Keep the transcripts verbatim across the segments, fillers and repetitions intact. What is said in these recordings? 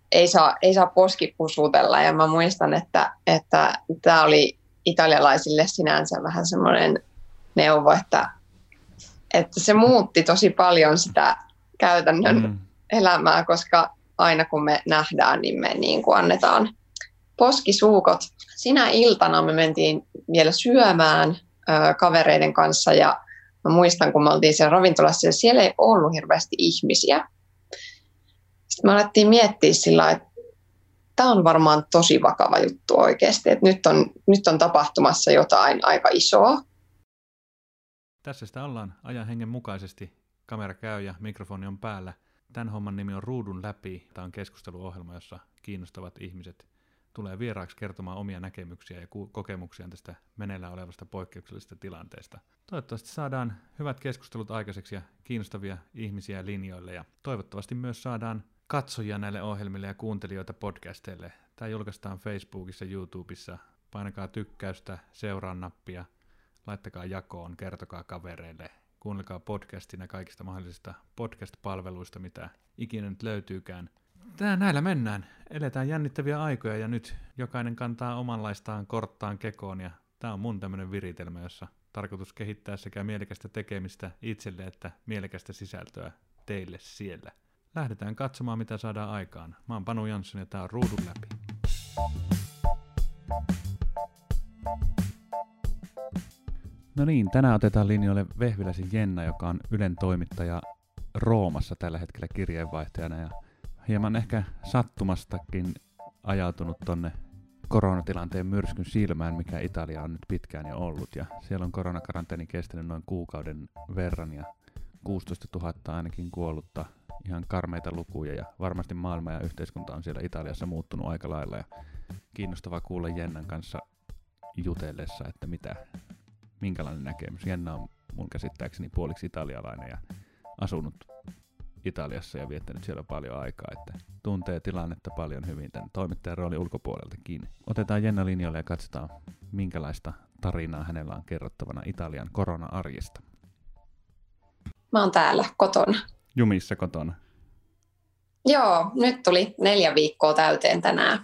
ei saa, ei saa poskipusutella. Ja mä muistan, että että tämä oli italialaisille sinänsä vähän semmoinen neuvo, että, että se muutti tosi paljon sitä käytännön mm. elämää, koska aina kun me nähdään, niin me niin kuin annetaan poskisuukot. Sinä iltana me mentiin vielä syömään ö, kavereiden kanssa ja mä muistan, kun me oltiin siellä ravintolassa ja siellä ei ollut hirveästi ihmisiä. Sitten me alettiin miettiä sillä, että tämä on varmaan tosi vakava juttu oikeasti, että nyt on, nyt on tapahtumassa jotain aika isoa. Tässä sitä ollaan ajan hengen mukaisesti. Kamera käy ja mikrofoni on päällä. Tämän homman nimi on Ruudun läpi. Tämä on keskusteluohjelma, jossa kiinnostavat ihmiset tulee vieraaksi kertomaan omia näkemyksiä ja kokemuksia tästä meneillään olevasta poikkeuksellisesta tilanteesta. Toivottavasti saadaan hyvät keskustelut aikaiseksi ja kiinnostavia ihmisiä linjoille ja toivottavasti myös saadaan katsojia näille ohjelmille ja kuuntelijoita podcasteille. Tämä julkaistaan Facebookissa, YouTubessa. Painakaa tykkäystä, seuraa nappia, laittakaa jakoon, kertokaa kavereille. Kuunnelkaa podcastina kaikista mahdollisista podcast-palveluista, mitä ikinä nyt löytyykään. Tää näillä mennään. Eletään jännittäviä aikoja ja nyt jokainen kantaa omanlaistaan korttaan kekoon. Ja tää on mun tämmönen viritelmä, jossa tarkoitus kehittää sekä mielekästä tekemistä itselle että mielekästä sisältöä teille siellä. Lähdetään katsomaan, mitä saadaan aikaan. Mä oon Panu Jansson ja tää on Ruudun läpi. No niin, tänään otetaan linjoille Vehviläisen Jenna, joka on Ylen toimittaja Roomassa tällä hetkellä kirjeenvaihtajana ja hieman ehkä sattumastakin ajautunut tonne koronatilanteen myrskyn silmään, mikä Italia on nyt pitkään jo ollut. Ja siellä on koronakaranteeni kestänyt noin kuukauden verran ja kuusitoista tuhatta ainakin kuollutta, ihan karmeita lukuja ja varmasti maailma ja yhteiskunta on siellä Italiassa muuttunut aika lailla. Ja kiinnostavaa kuulla Jennan kanssa jutellessa, että mitä, minkälainen näkemys. Jenna on mun käsittääkseni puoliksi italialainen ja asunut Italiassa ja viettänyt siellä paljon aikaa, että tuntee tilannetta paljon hyvin tämän toimittajan roolin ulkopuoleltakin. Otetaan Jenna linjoille ja katsotaan, minkälaista tarinaa hänellä on kerrottavana Italian korona-arjesta. Mä oon täällä kotona. Jumissa kotona? Joo, nyt tuli neljä viikkoa täyteen tänään.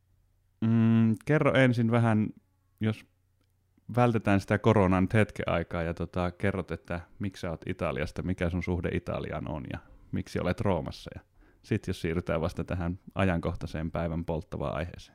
Mm, kerro ensin vähän, jos vältetään sitä koronaa nyt hetken aikaa ja tota, kerrot, että miksi sä oot Italiasta, mikä sun suhde Italiaan on ja miksi olet Roomassa. Ja sitten jos siirrytään vasta tähän ajankohtaiseen päivän polttavaan aiheeseen.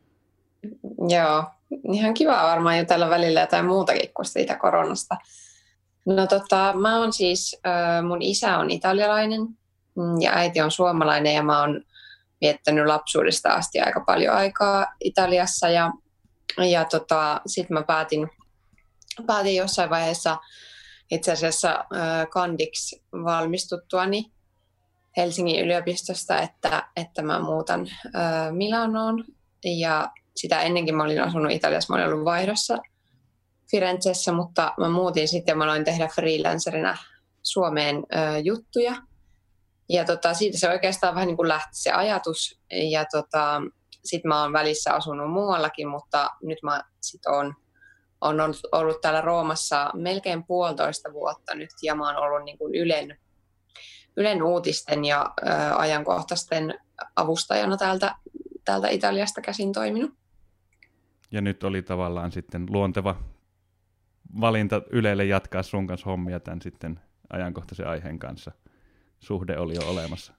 Joo, ihan kiva varmaan jutella välillä jotain muutakin kuin siitä koronasta. No tota, mä oon siis, mun isä on italialainen ja äiti on suomalainen ja mä oon viettänyt lapsuudesta asti aika paljon aikaa Italiassa ja, ja tota, sitten mä päätin, päätin jossain vaiheessa itse asiassa kandiksi valmistuttuani Helsingin yliopistosta, että, että mä muutan Milanoon ja sitä ennenkin mä olin asunut Italiassa, mä olin ollut vaihdossa Firenzessä, mutta mä muutin sitten ja mä aloin tehdä freelancerina Suomeen ö, juttuja. Ja tota, siitä se oikeastaan vähän niin kuin lähti se ajatus. Ja tota, sitten mä oon välissä asunut muuallakin, mutta nyt mä sit oon, oon ollut täällä Roomassa melkein puolitoista vuotta nyt. Ja mä oon ollut niin kuin Ylen, Ylen uutisten ja ö, ajankohtaisten avustajana täältä, täältä Italiasta käsin toiminut. Ja nyt oli tavallaan sitten luonteva valinta Ylelle jatkaa sun kanssa hommia tämän sitten ajankohtaisen aiheen kanssa. Suhde oli jo olemassa.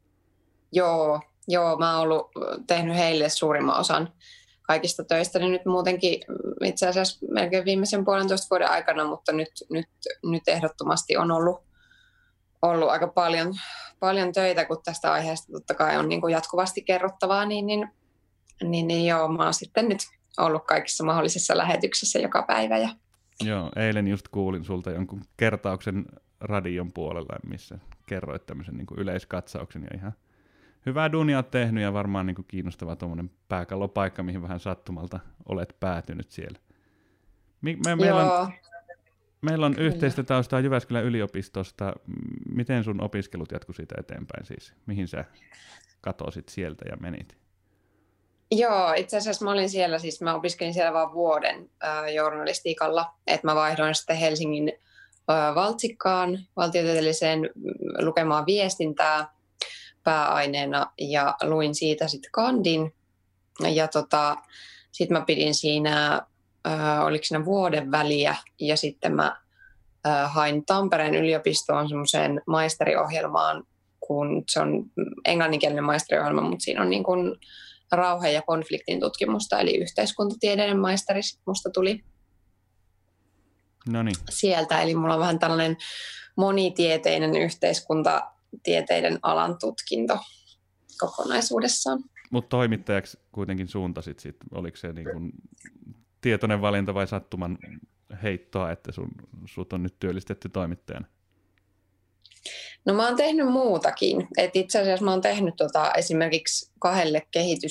Joo, joo mä oon ollut, tehnyt heille suurimman osan kaikista töistä, niin nyt muutenkin itse asiassa melkein viimeisen puolentoista vuoden aikana, mutta nyt, nyt, nyt ehdottomasti on ollut, ollut aika paljon, paljon töitä, kun tästä aiheesta totta kai on niin kuin jatkuvasti kerrottavaa, niin, niin, niin, niin joo, mä oon sitten nyt ollut kaikissa mahdollisissa lähetyksissä joka päivä. Ja joo, eilen just kuulin sulta jonkun kertauksen radion puolella, missä kerroit tämmöisen niin kuin yleiskatsauksen ja ihan hyvää duunia olet tehnyt ja varmaan niin kuin kiinnostava tuommoinen pääkallopaikka, mihin vähän sattumalta olet päätynyt siellä. Me, me, meillä, on, meillä on yhteistä taustaa Jyväskylän yliopistosta. Miten sun opiskelut jatku siitä eteenpäin siis? Mihin sä katosit sieltä ja menit? Joo, itse asiassa mä olin siellä, siis mä opiskelin siellä vain vuoden äh, journalistiikalla, että mä vaihdoin sitten Helsingin äh, Valtsikkaan valtiotieteelliseen lukemaan viestintää, pääaineena ja luin siitä sitten kandin. Ja tota, sitten mä pidin siinä, äh, oliko siinä vuoden väliä ja sitten mä äh, hain Tampereen yliopistoon semmoiseen maisteriohjelmaan, kun se on englanninkielinen maisteriohjelma, mutta siinä on niin kuin rauhan ja konfliktin tutkimusta, eli yhteiskuntatieteiden maisteri musta tuli Noniin. sieltä. Eli mulla on vähän tällainen monitieteinen yhteiskuntatieteiden alan tutkinto kokonaisuudessaan. Mutta toimittajaksi kuitenkin suuntasit sit. Oliko se niin kun tietoinen valinta vai sattuman heittoa, että sun, sut on nyt työllistetty toimittajana? No mä oon tehnyt muutakin. Et itse asiassa mä oon tehnyt tota, esimerkiksi kahdelle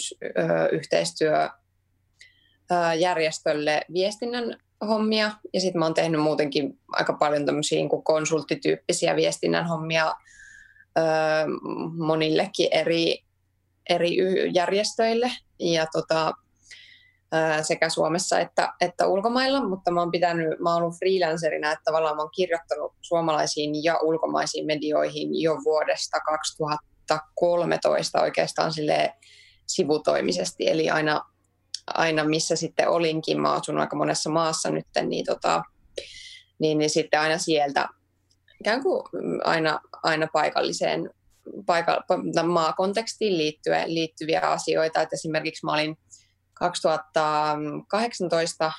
kehitysyhteistyöjärjestölle viestinnän hommia. Ja sitten mä oon tehnyt muutenkin aika paljon tämmöisiä niin kuin konsulttityyppisiä viestinnän hommia ö, monillekin eri, eri järjestöille. Ja tota, sekä Suomessa että, että ulkomailla, mutta mä oon pitänyt, mä oon ollut freelancerina, että tavallaan mä oon kirjoittanut suomalaisiin ja ulkomaisiin medioihin jo vuodesta kaksituhattakolmetoista oikeastaan silleen sivutoimisesti, eli aina, aina missä sitten olinkin, mä oon asunut aika monessa maassa nyt, niin, tota, niin, niin sitten aina sieltä ikään kuin aina, aina paikalliseen paika, maakontekstiin liittyviä, liittyviä asioita, että esimerkiksi mä olin kaksituhattakahdeksantoista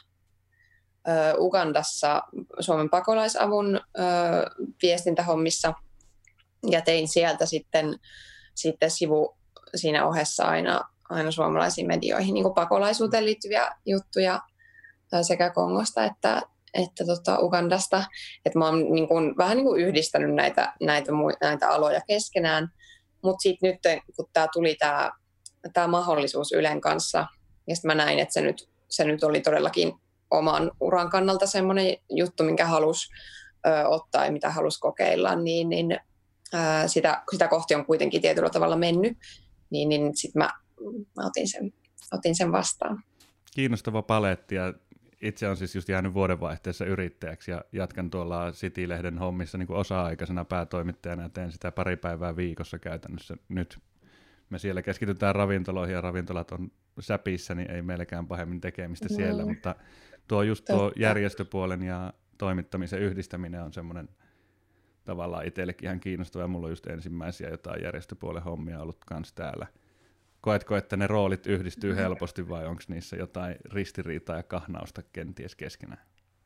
Ugandassa Suomen pakolaisavun viestintähommissa ja tein sieltä sitten, sitten sivu siinä ohessa aina, aina suomalaisiin medioihin niin kuin pakolaisuuteen liittyviä juttuja sekä Kongosta että, että tota Ugandasta. Et mä oon niin kuin, vähän niin kuin yhdistänyt näitä, näitä, näitä aloja keskenään, mutta sitten nyt kun tää tuli tämä tää mahdollisuus Ylen kanssa, ja sitten mä näin, että se nyt, se nyt oli todellakin oman uran kannalta semmoinen juttu, minkä halusi ö, ottaa ja mitä halusi kokeilla, niin, niin ö, sitä, sitä kohti on kuitenkin tietyllä tavalla mennyt, niin, niin sitten mä, mä otin, sen, otin sen vastaan. Kiinnostava paletti, ja itse on siis just jäänyt vuodenvaihteessa yrittäjäksi ja jatkan tuolla City-lehden hommissa niin kuin osa-aikaisena päätoimittajana ja teen sitä pari päivää viikossa käytännössä nyt. Me siellä keskitytään ravintoloihin ja ravintolat on säpissä, niin ei meilläkään pahemmin tekemistä siellä, mm. mutta tuo just tuo Totta. järjestöpuolen ja toimittamisen yhdistäminen on semmoinen tavallaan itsellekin ihan kiinnostava, ja mulla on just ensimmäisiä jotain järjestöpuolen hommia ollut kans täällä. Koetko, että ne roolit yhdistyy helposti vai onko niissä jotain ristiriitaa ja kahnausta kenties keskenään?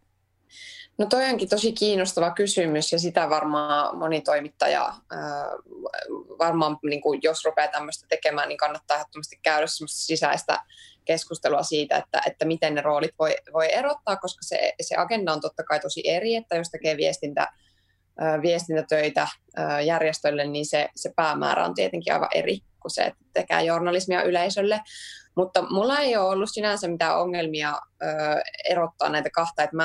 No toi onkin tosi kiinnostava kysymys ja sitä varmaan moni toimittaja, äh, varmaan niin kuin jos rupeaa tämmöistä tekemään, niin kannattaa ehdottomasti käydä semmoista sisäistä keskustelua siitä, että, että miten ne roolit voi, voi erottaa, koska se, se agenda on totta kai tosi eri, että jos tekee viestintä, äh, viestintätöitä äh, järjestölle, niin se, se päämäärä on tietenkin aivan eri kuin se, että tekee journalismia yleisölle. Mutta mulla ei ole ollut sinänsä mitään ongelmia äh, erottaa näitä kahta, että mä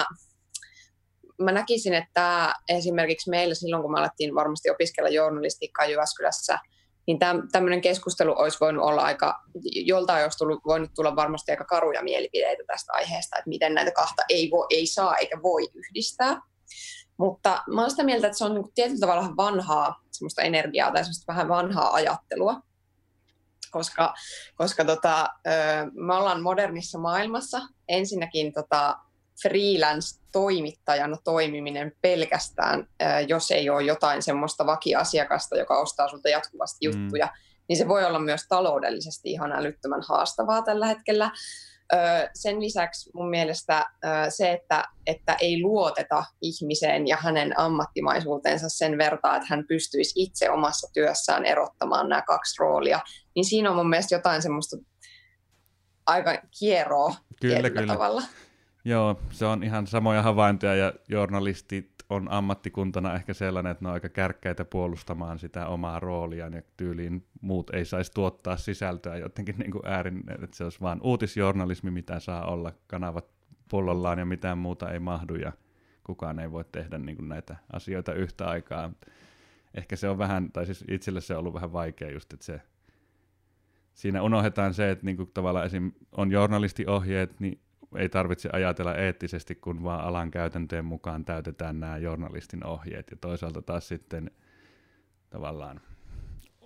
Mä näkisin, että esimerkiksi meillä silloin, kun me alettiin varmasti opiskella journalistiikkaa Jyväskylässä, niin tämmöinen keskustelu olisi voinut olla aika, joltain olisi tullut, voinut tulla varmasti aika karuja mielipiteitä tästä aiheesta, että miten näitä kahta ei, voi, ei saa eikä voi yhdistää. Mutta mä olen sitä mieltä, että se on niin kuin tietyllä tavalla vanhaa semmoista energiaa tai semmoista vähän vanhaa ajattelua, koska, koska tota, me ollaan modernissa maailmassa. Ensinnäkin tota, freelance-toimittajana toimiminen pelkästään, jos ei ole jotain semmoista vakiasiakasta, joka ostaa sulta jatkuvasti juttuja, mm. niin se voi olla myös taloudellisesti ihan älyttömän haastavaa tällä hetkellä. Sen lisäksi mun mielestä se, että, että ei luoteta ihmiseen ja hänen ammattimaisuutensa sen vertaa, että hän pystyisi itse omassa työssään erottamaan nämä kaksi roolia, niin siinä on mun mielestä jotain semmoista aika kieroa kyllä, kyllä. tavalla. Joo, se on ihan samoja havaintoja, ja journalistit on ammattikuntana ehkä sellainen, että ne on aika kärkkäitä puolustamaan sitä omaa rooliaan, ja tyyliin muut ei saisi tuottaa sisältöä jotenkin niin kuin äärin, että se olisi vaan uutisjournalismi, mitä saa olla, kanavat pullollaan ja mitään muuta ei mahdu, ja kukaan ei voi tehdä niin kuin näitä asioita yhtä aikaa. Ehkä se on vähän, tai siis itselle se on ollut vähän vaikea just, että se, siinä unohdetaan se, että niin kuin tavallaan esim. On journalistiohjeet, niin ei tarvitse ajatella eettisesti, kun vaan alan käytäntöjen mukaan täytetään nämä journalistin ohjeet. Ja toisaalta taas sitten tavallaan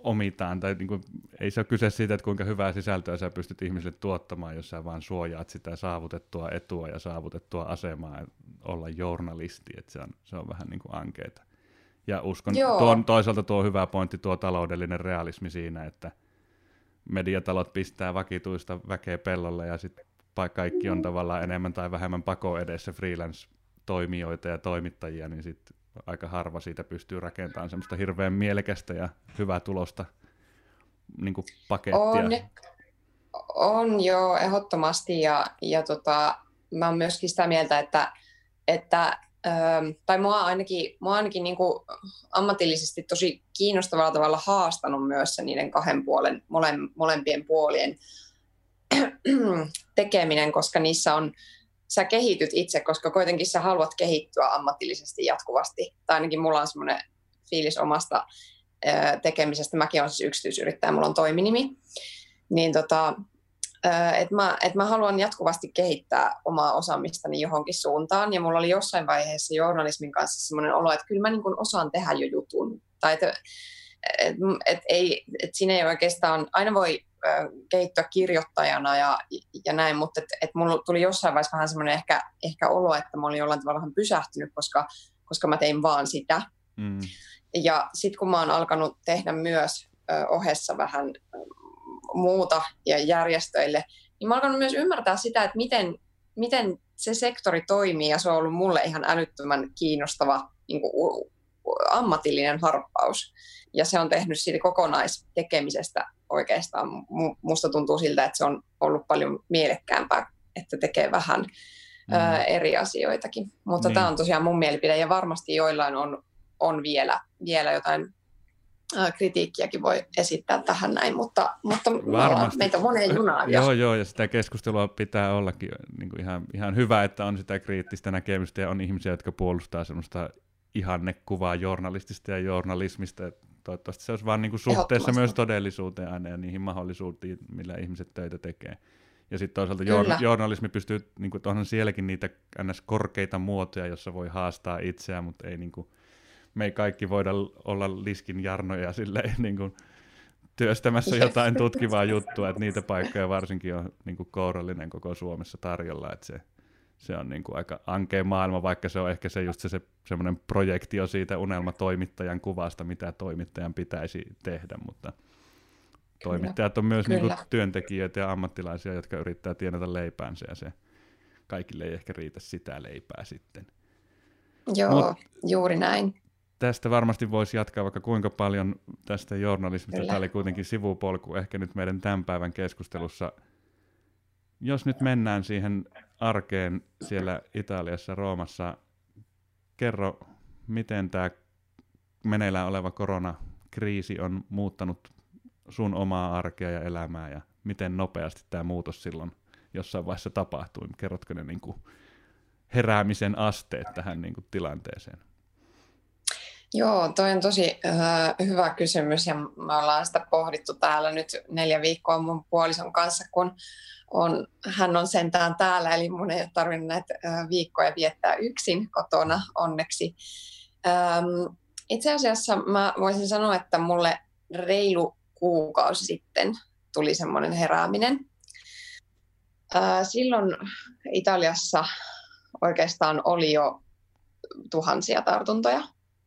omitaan, tai niin kuin, ei se ole kyse siitä, että kuinka hyvää sisältöä sä pystyt ihmisille tuottamaan, jos sä vaan suojaat sitä saavutettua etua ja saavutettua asemaa olla journalisti, että se on, se on vähän niin kuin ankeeta. Ja uskon, tuon, toisaalta tuo hyvä pointti, tuo taloudellinen realismi siinä, että mediatalot pistää vakituista väkeä pellolle ja sitten kaikki on tavallaan enemmän tai vähemmän pako edessä freelance-toimijoita ja toimittajia, niin sitten aika harva siitä pystyy rakentamaan semmoista hirveän mielekästä ja hyvää tulosta niin kuin pakettia. On, on joo, ehdottomasti. Ja, ja tota, mä oon myöskin sitä mieltä, että, että ähm, tai mua ainakin, mua ainakin niin kuin ammatillisesti tosi kiinnostavalla tavalla haastanut myös se niiden kahden puolen, mole, molempien puolien tekeminen, koska niissä on, sä kehityt itse, koska kuitenkin sä haluat kehittyä ammatillisesti jatkuvasti. Tai ainakin mulla on semmoinen fiilis omasta ää, tekemisestä. Mäkin olen siis yksityisyrittäjä, mulla on toiminimi. Niin tota, että mä, et mä haluan jatkuvasti kehittää omaa osaamistani johonkin suuntaan. Ja mulla oli jossain vaiheessa journalismin kanssa semmoinen olo, että kyllä mä niin kuin osaan tehdä jo jutun. Tai että et, et ei, et siinä ei oikeastaan, aina voi kehittyä kirjoittajana ja, ja näin, mutta et, et mulla tuli jossain vaiheessa vähän semmoinen ehkä, ehkä olo, että mä olin jollain tavalla vähän pysähtynyt, koska, koska mä tein vaan sitä. Mm. Ja sitten kun mä oon alkanut tehdä myös ö, ohessa vähän ö, muuta ja järjestöille, niin mä oon alkanut myös ymmärtää sitä, että miten, miten se sektori toimii, ja se on ollut mulle ihan älyttömän kiinnostava niin kuin, ammatillinen harppaus. Ja se on tehnyt siitä kokonaistekemisestä oikeastaan. Musta tuntuu siltä, että se on ollut paljon mielekkäämpää, että tekee vähän mm. ää, eri asioitakin. Mutta niin. Tämä on tosiaan mun mielipide, ja varmasti joillain on, on vielä, vielä jotain ää, kritiikkiäkin voi esittää tähän näin, mutta, mutta meitä on moneen junaan. Joo, joo, ja sitä keskustelua pitää ollakin niin kuin ihan, ihan hyvä, että on sitä kriittistä näkemystä, ja on ihmisiä, jotka puolustaa semmoista ihannekuvaa journalistista ja journalismista. Toivottavasti se olisi vaan niin kuin suhteessa myös todellisuuteen aina ja niihin mahdollisuuksiin, millä ihmiset töitä tekee. Ja sitten toisaalta jour- journalismi pystyy, niin kuin, onhan sielläkin niitä ns. Korkeita muotoja, jossa voi haastaa itseään, mutta ei, niin kuin, me ei kaikki voida olla liskin jarnoja silleen, niin kuin, työstämässä jotain tutkivaa juttua, että niitä paikkoja varsinkin on niin kuin kourallinen koko Suomessa tarjolla, että se Se on niin kuin aika ankea maailma, vaikka se on ehkä se just se, se semmoinen projektio siitä unelmatoimittajan kuvasta, mitä toimittajan pitäisi tehdä, mutta Kyllä. toimittajat on myös niin kuin työntekijöitä ja ammattilaisia, jotka yrittää tienata leipäänsä, ja se kaikille ei ehkä riitä sitä leipää sitten. Joo, Mut juuri näin. Tästä varmasti voisi jatkaa vaikka kuinka paljon tästä journalismista. Kyllä. Tämä oli kuitenkin sivupolku ehkä nyt meidän tämän päivän keskustelussa. Jos nyt mennään siihen arkeen siellä Italiassa, Roomassa, kerro, miten tämä meneillään oleva koronakriisi on muuttanut sun omaa arkea ja elämää, ja miten nopeasti tämä muutos silloin jossain vaiheessa tapahtui? Kerrotko ne niin kuin heräämisen asteet tähän niin kuin tilanteeseen? Joo, toi on tosi uh, hyvä kysymys, ja me ollaan sitä pohdittu täällä nyt neljä viikkoa mun puolison kanssa, kun on, hän on sentään täällä, eli mun ei ole tarvinnut näitä uh, viikkoja viettää yksin kotona onneksi. Um, itse asiassa mä voisin sanoa, että mulle reilu kuukausi sitten tuli semmoinen herääminen. Uh, silloin Italiassa oikeastaan oli jo tuhansia tartuntoja.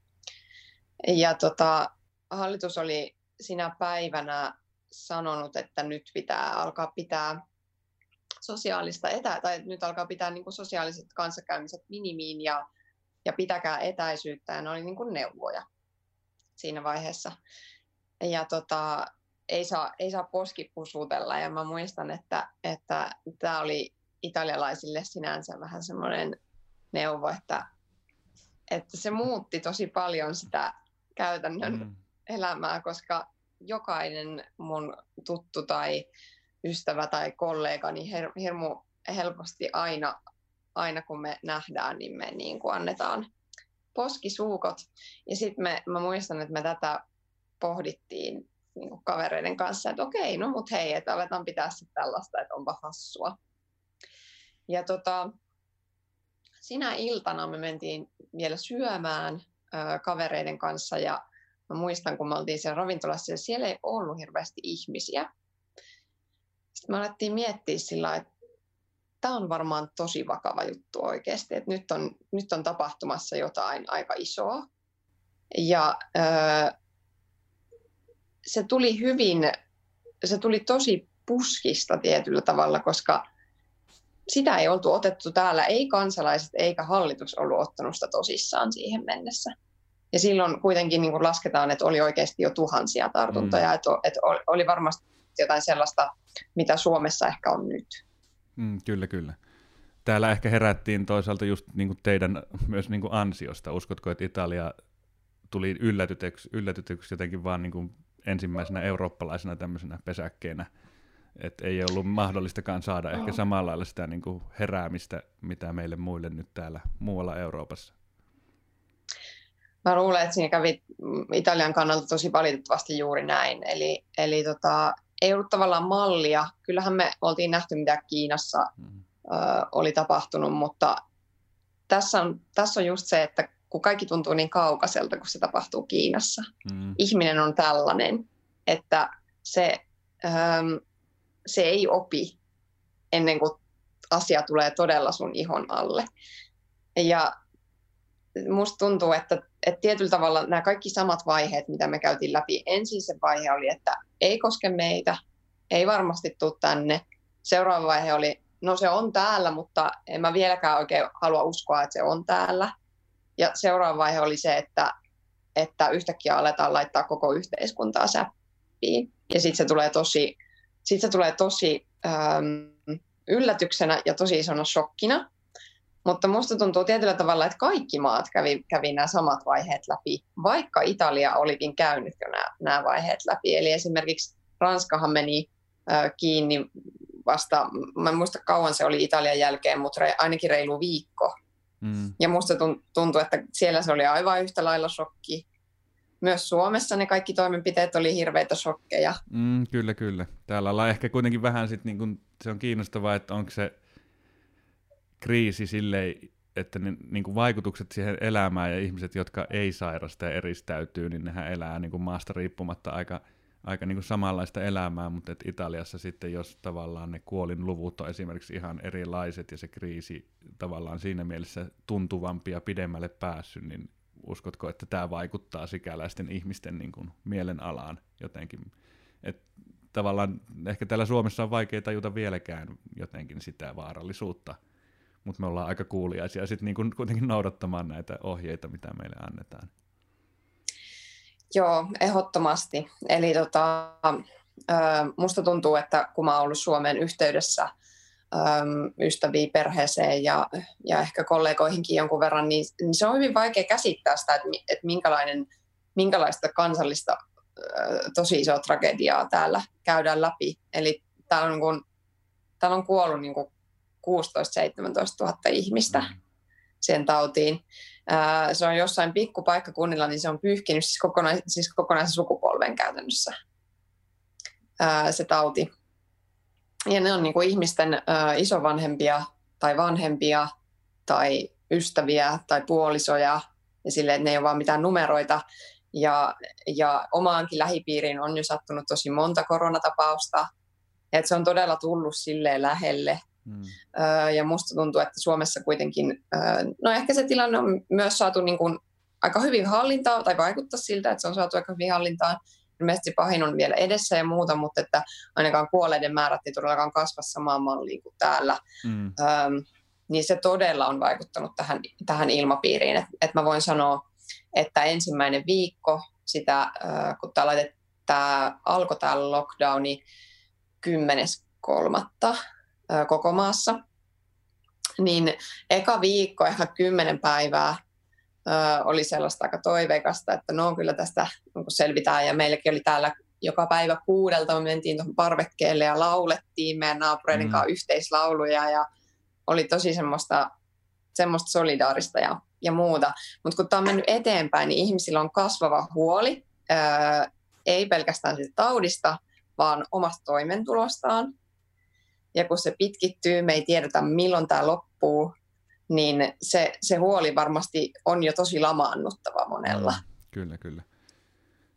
Ja tota, hallitus oli sinä päivänä sanonut, että nyt pitää alkaa pitää sosiaalista etä, tai nyt alkaa pitää niin kuin sosiaaliset kanssakäymiset minimiin ja, ja pitäkää etäisyyttä, ja ne oli niin kuin neuvoja siinä vaiheessa. Ja tota, ei saa, ei saa poskipusuutella, ja mä muistan, että, että tämä oli italialaisille sinänsä vähän semmoinen neuvo, että, että se muutti tosi paljon sitä käytännön mm. elämää, koska jokainen mun tuttu tai ystävä tai kollega, niin her- hirmu helposti aina, aina kun me nähdään, niin me niin kuin annetaan poskisuukot. Ja sitten mä muistan, että me tätä pohdittiin niin kuin kavereiden kanssa, että okei, no mut hei, että aletaan pitää sitten tällaista, että onpa hassua. Ja tota, sinä iltana me mentiin vielä syömään ö, kavereiden kanssa, ja mä muistan, kun me oltiin siellä ravintolassa, ja siellä ei ollut hirveästi ihmisiä. Sitten me alettiin miettiä sillä, että tämä on varmaan tosi vakava juttu oikeasti, että nyt on, nyt on tapahtumassa jotain aika isoa. Ja öö, se tuli hyvin, se tuli tosi puskista tietyllä tavalla, koska sitä ei oltu otettu täällä, ei kansalaiset eikä hallitus ollut ottanut sitä tosissaan siihen mennessä. Ja silloin kuitenkin niin kuin lasketaan, että oli oikeasti jo tuhansia tartuntoja, mm. että, että oli varmasti jotain sellaista, mitä Suomessa ehkä on nyt. Mm, kyllä, kyllä. Täällä ehkä herättiin toisaalta just niin kuin teidän myös niin kuin ansiosta. Uskotko, että Italia tuli yllätytyksi, yllätytyksi jotenkin vaan niin kuin ensimmäisenä eurooppalaisena tämmöisenä pesäkkeenä, että ei ollut mahdollistakaan saada ehkä samalla lailla sitä niin kuin heräämistä, mitä meille muille nyt täällä muualla Euroopassa? Mä luulen, että siinä kävi Italian kannalta tosi valitettavasti juuri näin. Eli, eli tota, ei ollut tavallaan mallia. Kyllähän me oltiin nähty, mitä Kiinassa mm. ö, oli tapahtunut, mutta tässä on, tässä on just se, että kun kaikki tuntuu niin kaukaiselta, kun se tapahtuu Kiinassa. Mm. Ihminen on tällainen, että se, ö, se ei opi ennen kuin asia tulee todella sun ihon alle. Ja musta tuntuu, että, että tietyllä tavalla nämä kaikki samat vaiheet, mitä me käytiin läpi. Ensin se vaihe oli, että ei koske meitä, ei varmasti tule tänne. Seuraava vaihe oli, no se on täällä, mutta en mä vieläkään oikein halua uskoa, että se on täällä. Ja seuraava vaihe oli se, että, että yhtäkkiä aletaan laittaa koko yhteiskuntaa säppiin. Ja sitten se tulee tosi, sit se tulee tosi ähm, yllätyksenä ja tosi isona shokkina. Mutta musta tuntuu tietyllä tavalla, että kaikki maat kävi, kävi nämä samat vaiheet läpi, vaikka Italia olikin käynyt jo nämä, nämä vaiheet läpi. Eli esimerkiksi Ranskahan meni äh, kiinni vasta, mä en muista kauan se oli Italian jälkeen, mutta re, ainakin reilu viikko. Mm. Ja musta tuntuu, että siellä se oli aivan yhtä lailla shokki. Myös Suomessa ne kaikki toimenpiteet oli hirveitä shokkeja. Mm, kyllä, kyllä. Täällä ollaan ehkä kuitenkin vähän sit, niin kun, se on kiinnostavaa, että onko se kriisi silleen, että ne niin kuin vaikutukset siihen elämään ja ihmiset, jotka ei sairasta ja eristäytyy, niin nehän elää niin kuin maasta riippumatta aika, aika niin kuin samanlaista elämää, mutta että Italiassa sitten, jos tavallaan ne kuolinluvut on esimerkiksi ihan erilaiset ja se kriisi tavallaan siinä mielessä tuntuvampi ja pidemmälle päässyt, niin uskotko, että tämä vaikuttaa sikäläisten ihmisten niin kuin mielenalaan jotenkin? Että tavallaan ehkä täällä Suomessa on vaikea tajuta vieläkään jotenkin sitä vaarallisuutta, mutta me ollaan aika kuuliaisia sitten niin kuin kuitenkin noudattamaan näitä ohjeita, mitä meille annetaan. Joo, ehdottomasti. Eli tota, musta tuntuu, että kun mä oon ollut Suomeen yhteydessä ystäviä perheeseen ja, ja ehkä kollegoihinkin jonkun verran, niin, niin se on hyvin vaikea käsittää sitä, että, että minkälainen, minkälaista kansallista tosi isoa tragediaa täällä käydään läpi. Eli täällä on, niin kuin, täällä on kuollut niin kuin kuusitoista seitsemäntoista tuhatta ihmistä mm. sen tautiin. Ää, se on jossain pikkupaikkakunnilla, niin se on pyyhkinyt siis, kokonais, siis kokonaisen sukupolven käytännössä ää, se tauti. Ja ne on niin kuin ihmisten ää, isovanhempia tai vanhempia tai ystäviä tai puolisoja ja silleen, että ne ei ole vaan mitään numeroita. Ja, ja omaankin lähipiiriin on jo sattunut tosi monta koronatapausta. Että se on todella tullut silleen lähelle. Mm. Ja musta tuntuu, että Suomessa kuitenkin, no ehkä se tilanne on myös saatu niin kuin aika hyvin hallintaan, tai vaikuttaa siltä, että se on saatu aika hyvin hallintaan. Ilmeisesti pahin on vielä edessä ja muuta, mutta että ainakaan kuolleiden määrät ei todellakaan kasva samaan malliin kuin täällä. Mm. Ähm, niin se todella on vaikuttanut tähän, tähän ilmapiiriin. Että et mä voin sanoa, että ensimmäinen viikko, sitä, äh, kun tämä, laitet, tämä alkoi tämä lockdowni kymmenes kolmatta koko maassa, niin eka viikko, ehkä kymmenen päivää ö, oli sellaista aika toiveikasta, että no kyllä tästä selvitään, ja meilläkin oli täällä joka päivä kuudelta, me mentiin tuohon parvekkeelle ja laulettiin meidän naapureiden mm. kanssa yhteislauluja, ja oli tosi semmoista, semmoista solidaarista ja, ja muuta. Mutta kun tämä on mennyt eteenpäin, niin ihmisillä on kasvava huoli, ö, ei pelkästään siitä taudista, vaan omasta toimeentulostaan. Ja kun se pitkittyy, me ei tiedetä milloin tämä loppuu, niin se, se huoli varmasti on jo tosi lamaannuttava monella. Mm, kyllä, kyllä.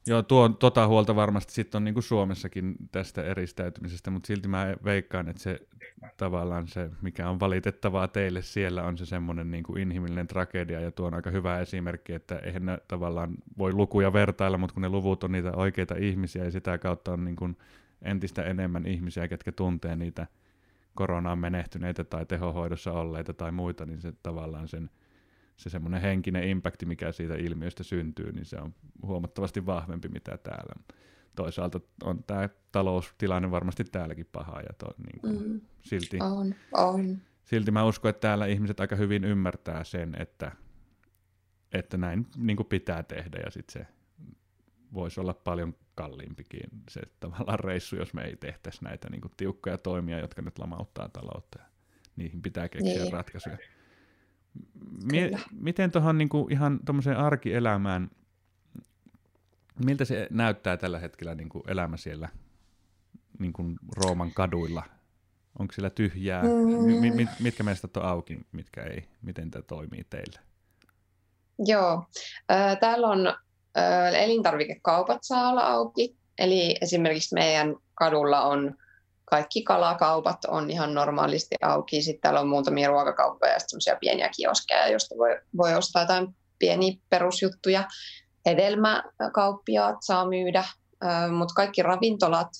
Joo, tuo, tota huolta varmasti sitten on niin kuin Suomessakin tästä eristäytymisestä, mutta silti mä veikkaan, että se tavallaan se, mikä on valitettavaa teille siellä, on se semmoinen niin kuin inhimillinen tragedia, ja tuo on aika hyvä esimerkki, että eihän ne tavallaan voi lukuja vertailla, mutta kun ne luvut on niitä oikeita ihmisiä, ja sitä kautta on niin kuin entistä enemmän ihmisiä, ketkä tuntee niitä koronaan menehtyneitä tai tehohoidossa olleita tai muita, niin se tavallaan sen se semmoinen henkinen impakti, mikä siitä ilmiöstä syntyy, niin se on huomattavasti vahvempi mitä täällä. Toisaalta on tämä taloustilanne varmasti täälläkin paha, ja to, niin kuin, mm. silti, on, on. silti mä uskon, että täällä ihmiset aika hyvin ymmärtää sen, että, että näin niin kuin pitää tehdä, ja sitten se voisi olla paljon kalliimpikin se tavallaan reissu, jos me ei tehtäisi näitä niin kuin tiukkoja toimia, jotka nyt lamauttaa taloutta, ja niihin pitää keksiä niin. ratkaisuja. Mie, miten tuohon niinku ihan tuommoiseen arkielämään, miltä se näyttää tällä hetkellä niinku elämä siellä niinku Rooman kaduilla? Onko siellä tyhjää? Mm. Mit, mitkä meistä on auki, mitkä ei? Miten tämä toimii teille? Joo, äh, täällä on äh, elintarvikekaupat saa olla auki. Eli esimerkiksi meidän kadulla on kaikki kalakaupat on ihan normaalisti auki. Sitten täällä on muutamia ruokakauppoja ja semmoisia pieniä kioskeja, joista voi, voi ostaa jotain pieniä perusjuttuja. Hedelmäkauppiaat saa myydä, mutta kaikki ravintolat,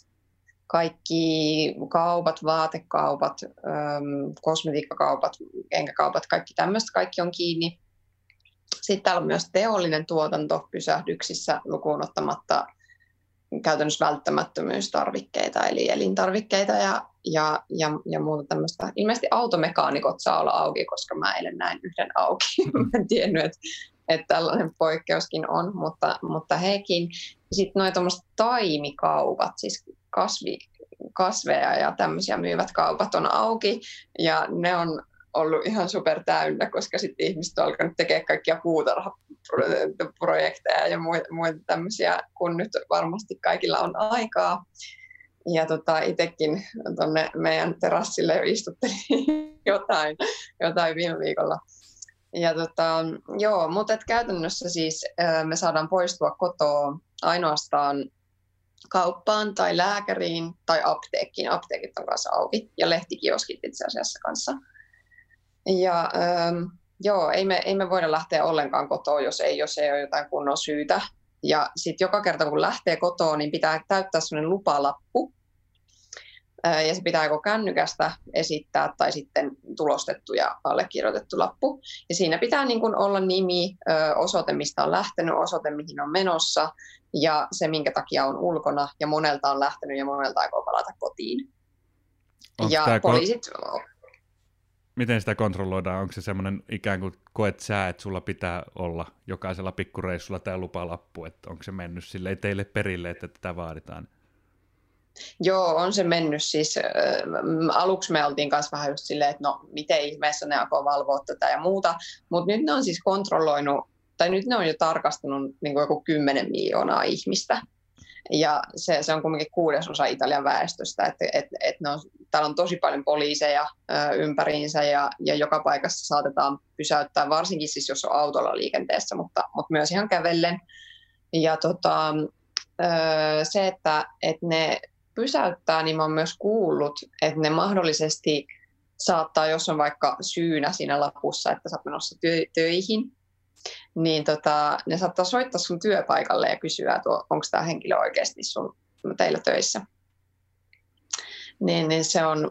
kaikki kaupat, vaatekaupat, kosmetiikkakaupat, kenkäkaupat, kaikki tämmöistä, kaikki on kiinni. Sitten täällä on myös teollinen tuotanto pysähdyksissä lukuun ottamatta käytännössä välttämättömyystarvikkeita, eli elintarvikkeita ja, ja, ja, ja muuta tämmöistä. Ilmeisesti automekaanikot saa olla auki, koska mä eilen näin yhden auki. Mä en tiennyt, että, että tällainen poikkeuskin on, mutta, mutta hekin. Sitten nuo tuommoiset taimikaupat, siis kasvi, kasveja ja tämmöisiä myyvät kaupat on auki, ja ne on ollut ihan super täynnä, koska sitten ihmiset on alkanut tekemään kaikkia puutarhaprojekteja ja muita tämmöisiä, kun nyt varmasti kaikilla on aikaa. Ja tota, itsekin tuonne meidän terassille jo istuttelin jotain, jotain viime viikolla. Ja tota, joo, mutta et käytännössä siis me saadaan poistua kotoa ainoastaan kauppaan tai lääkäriin tai apteekkiin. Apteekit on kanssa auki ja lehtikioskit itse asiassa kanssa. Ja ähm, joo, ei me, ei me voida lähteä ollenkaan kotoa, jos ei, jos ei ole jotain kunnon syytä. Ja sitten joka kerta, kun lähtee kotoa, niin pitää täyttää sellainen lupalappu. Äh, ja se pitää joko kännykästä esittää tai sitten tulostettu ja allekirjoitettu lappu. Ja siinä pitää niin kun olla nimi, ö, osoite, mistä on lähtenyt, osoite, mihin on menossa ja se, minkä takia on ulkona. Ja monelta on lähtenyt ja monelta aikoo palata kotiin. Onks ja poliisit... Ko- Miten sitä kontrolloidaan? Onko se semmoinen ikään kuin koet sä, että sulla pitää olla jokaisella pikkureissulla tämä lupalappu, että onko se mennyt silleen teille perille, että tätä vaaditaan? Joo, on se mennyt. Siis äh, aluksi me oltiin kanssa vähän just silleen, että no miten ihmeessä ne aikoo valvoa tätä ja muuta, mutta nyt ne on siis kontrolloinut, tai nyt ne on jo tarkastanut niin kuin joku kymmenen miljoonaa ihmistä. Ja se, se on kuitenkin kuudesosa Italian väestöstä, että et, et on, täällä on tosi paljon poliiseja ö, ympäriinsä ja, ja joka paikassa saatetaan pysäyttää, varsinkin siis jos on autolla liikenteessä, mutta, mutta myös ihan kävellen. Ja tota, ö, se, että et ne pysäyttää, niin mä oon myös kuullut, että ne mahdollisesti saattaa, jos on vaikka syynä siinä lapussa, että sä oot menossa tö- töihin, niin tota, ne saattaa soittaa sun työpaikalle ja kysyä, että onko tämä henkilö oikeasti sun, teillä töissä. Niin, niin se, on,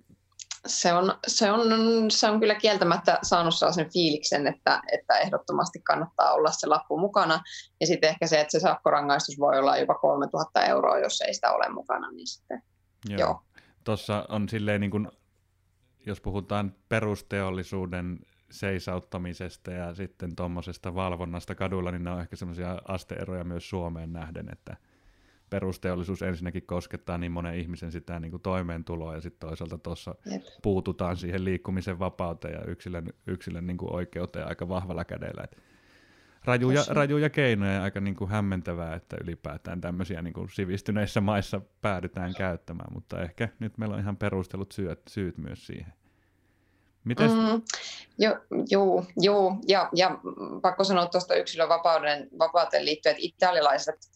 se, on, se, on, se on kyllä kieltämättä saanut sellaisen fiiliksen, että, että ehdottomasti kannattaa olla se lappu mukana. Ja sitten ehkä se, että se sakkorangaistus voi olla jopa kolmetuhatta euroa, jos ei sitä ole mukana. Niin sitten, joo. Joo. Tuossa on silleen, niin kun, jos puhutaan perusteollisuuden seisauttamisesta ja sitten tuommoisesta valvonnasta kaduilla, niin ne on ehkä semmoisia asteeroja myös Suomeen nähden, että perusteollisuus ensinnäkin koskettaa niin monen ihmisen sitä niin kuin toimeentuloa ja sitten toisaalta tuossa puututaan siihen liikkumisen vapauteen ja yksilön, yksilön niin kuin oikeuteen aika vahvalla kädellä. Et rajuja, rajuja keinoja, aika niin kuin hämmentävää, että ylipäätään tämmöisiä niin kuin sivistyneissä maissa päädytään käyttämään, mutta ehkä nyt meillä on ihan perustelut syyt, syyt myös siihen. Mites... Mm, joo, joo, joo. Ja, ja pakko sanoa tuosta yksilön vapauden, vapauteen liittyen, että italialaiset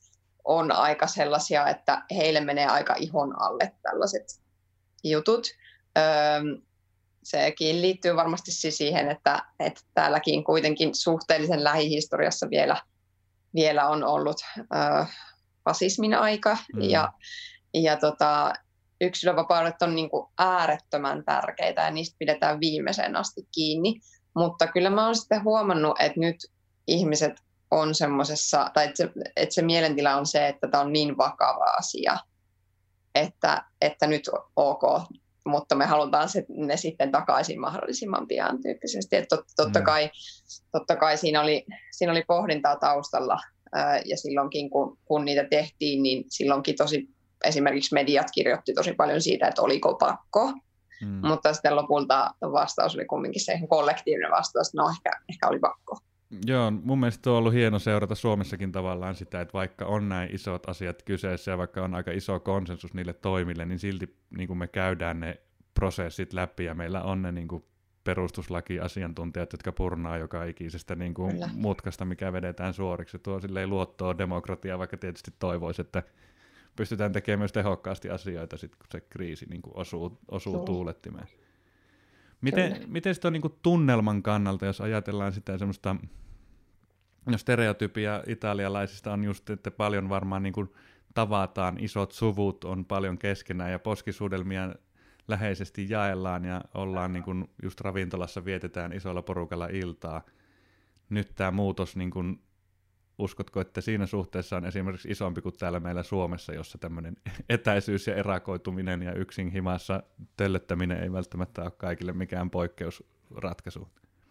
on aika sellaisia, että heille menee aika ihon alle tällaiset jutut. Öö, sekin liittyy varmasti siis siihen, että, että täälläkin kuitenkin suhteellisen lähihistoriassa vielä, vielä on ollut öö, fasismin aika mm. ja, ja tota, yksilövapaudet on niin kuin äärettömän tärkeitä ja niistä pidetään viimeiseen asti kiinni, mutta kyllä mä oon sitten huomannut, että nyt ihmiset on semmoisessa, tai että se, että se mielentila on se, että tämä on niin vakava asia, että, että nyt ok, mutta me halutaan se, ne sitten takaisin mahdollisimman pian tyyppisesti. Että tot, totta, kai, totta kai siinä oli, siinä oli pohdintaa taustalla, ää, ja silloinkin kun, kun niitä tehtiin, niin silloinkin tosi, esimerkiksi mediat kirjoitti tosi paljon siitä, että oliko pakko, mm. mutta sitten lopulta vastaus oli kumminkin se ihan kollektiivinen vastaus, että no ehkä, ehkä oli pakko. Joo, mun mielestä on ollut hieno seurata Suomessakin tavallaan sitä, että vaikka on näin isot asiat kyseessä ja vaikka on aika iso konsensus niille toimille, niin silti niin kuin me käydään ne prosessit läpi ja meillä on ne niin kuin perustuslaki-asiantuntijat, jotka purnaa joka ikisestä niin kuin mutkasta, mikä vedetään suoriksi. Se tuo silleen luottoa demokratiaa, vaikka tietysti toivoisi, että pystytään tekemään myös tehokkaasti asioita, sit, kun se kriisi niin kuin osuu, osuu tuulettimeen. Miten, miten sitten on niin kuin tunnelman kannalta, jos ajatellaan sitä semmoista, no stereotypia italialaisista on just, että paljon varmaan niin kuin tavataan, isot suvut on paljon keskenään ja poskisuudelmia läheisesti jaellaan ja ollaan niin kuin just ravintolassa vietetään isolla porukalla iltaa. Nyt tämä muutos, niin kuin, uskotko, että siinä suhteessa on esimerkiksi isompi kuin täällä meillä Suomessa, jossa tämmöinen etäisyys ja erakoituminen ja yksin himassa töllöttäminen ei välttämättä ole kaikille mikään poikkeusratkaisu?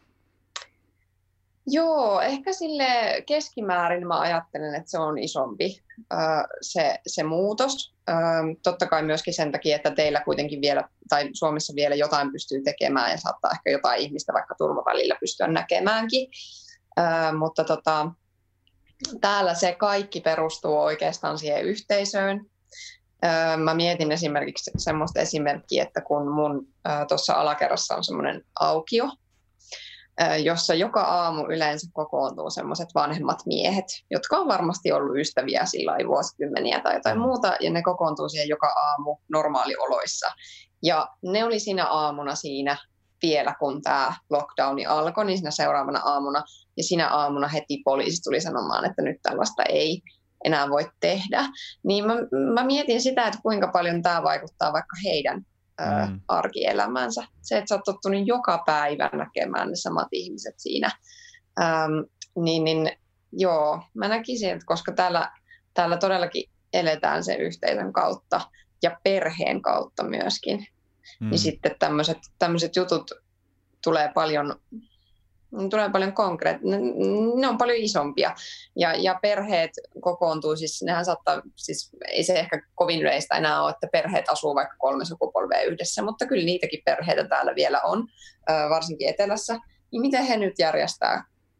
Joo, ehkä sille keskimäärin mä ajattelen, että se on isompi se, se muutos. Totta kai myöskin sen takia, että teillä kuitenkin vielä, tai Suomessa vielä jotain pystyy tekemään ja saattaa ehkä jotain ihmistä vaikka turvavälillä pystyä näkemäänkin. Mutta tota, täällä se kaikki perustuu oikeastaan siihen yhteisöön. Mä mietin esimerkiksi semmoista esimerkkiä, että kun mun tuossa alakerrassa on semmoinen aukio, jossa joka aamu yleensä kokoontuu semmoiset vanhemmat miehet, jotka on varmasti ollut ystäviä silloin vuosikymmeniä tai jotain muuta, ja ne kokoontuu siihen joka aamu normaalioloissa. Ja ne oli siinä aamuna siinä vielä, kun tämä lockdowni alkoi, niin siinä seuraavana aamuna, ja siinä aamuna heti poliisi tuli sanomaan, että nyt tällaista ei enää voi tehdä. Niin mä, mä mietin sitä, että kuinka paljon tämä vaikuttaa vaikka heidän Mm. arkielämänsä. Se, että sä oot tottunut joka päivä näkemään ne samat ihmiset siinä. Ähm, niin, niin joo, mä näkisin, että koska täällä, täällä todellakin eletään sen yhteisön kautta ja perheen kautta myöskin, mm. niin sitten tämmöiset, tämmöiset jutut tulee paljon, tulee paljon konkreettisia, ne, ne on paljon isompia. Ja, ja perheet kokoontuu, siis nehän saattaa, siis ei se ehkä kovin yleistä enää ole, että perheet asuu vaikka kolme sukupolvea yhdessä, mutta kyllä niitäkin perheitä täällä vielä on, varsinkin etelässä. Niin miten he nyt järjestää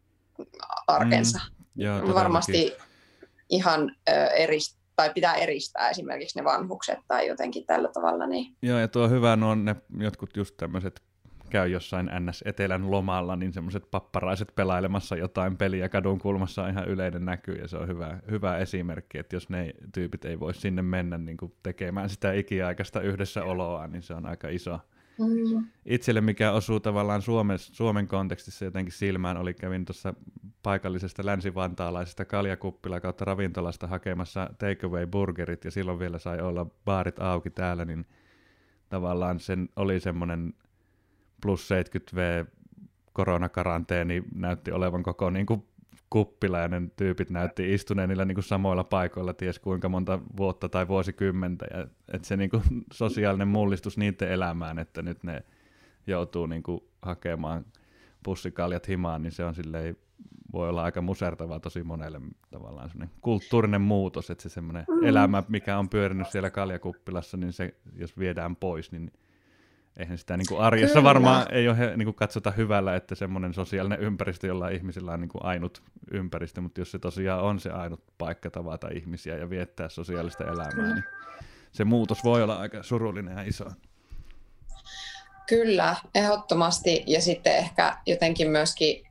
arkensa? Mm, joo, varmasti ihan erist, tai pitää eristää esimerkiksi ne vanhukset tai jotenkin tällä tavalla. Niin. Joo, ja tuo on hyvä, no on ne jotkut just tämmöiset käy jossain N S-etelän lomalla, niin semmoiset papparaiset pelailemassa jotain peliä kadun kulmassa on ihan yleinen näky, ja se on hyvä, hyvä esimerkki, että jos ne tyypit ei voi sinne mennä niin kuin tekemään sitä ikiaikaista yhdessäoloa, niin se on aika iso. Mm. Itselle, mikä osuu tavallaan Suomen, Suomen kontekstissa jotenkin silmään, oli kävin tuossa paikallisesta länsivantaalaisesta kaljakuppila kautta ravintolasta hakemassa takeaway-burgerit, ja silloin vielä sai olla baarit auki täällä, niin tavallaan sen oli semmoinen plus seitsemänkymmentä koronakaranteeni näytti olevan koko niin kuin kuppila, ja ne tyypit näytti istuneen niillä niin kuin samoilla paikoilla ties kuinka monta vuotta tai vuosikymmentä. Ja, että se niin kuin sosiaalinen mullistus niiden elämään, että nyt ne joutuu niin kuin hakemaan pussikaljat himaan, niin se on silleen, voi olla aika musertavaa tosi monelle tavallaan semmoinen kulttuurinen muutos, että se semmoinen mm. elämä, mikä on pyörinyt siellä kaljakuppilassa, niin se, jos viedään pois, niin eihän sitä niin kuin arjessa Kyllä. varmaan ei ole niin kuin katsota hyvällä, että semmoinen sosiaalinen ympäristö, jolla ihmisillä on niin kuin ainut ympäristö, mutta jos se tosiaan on se ainut paikka tavata ihmisiä ja viettää sosiaalista elämää, Kyllä. niin se muutos voi olla aika surullinen ja iso. Kyllä, ehdottomasti. Ja sitten ehkä jotenkin myöskin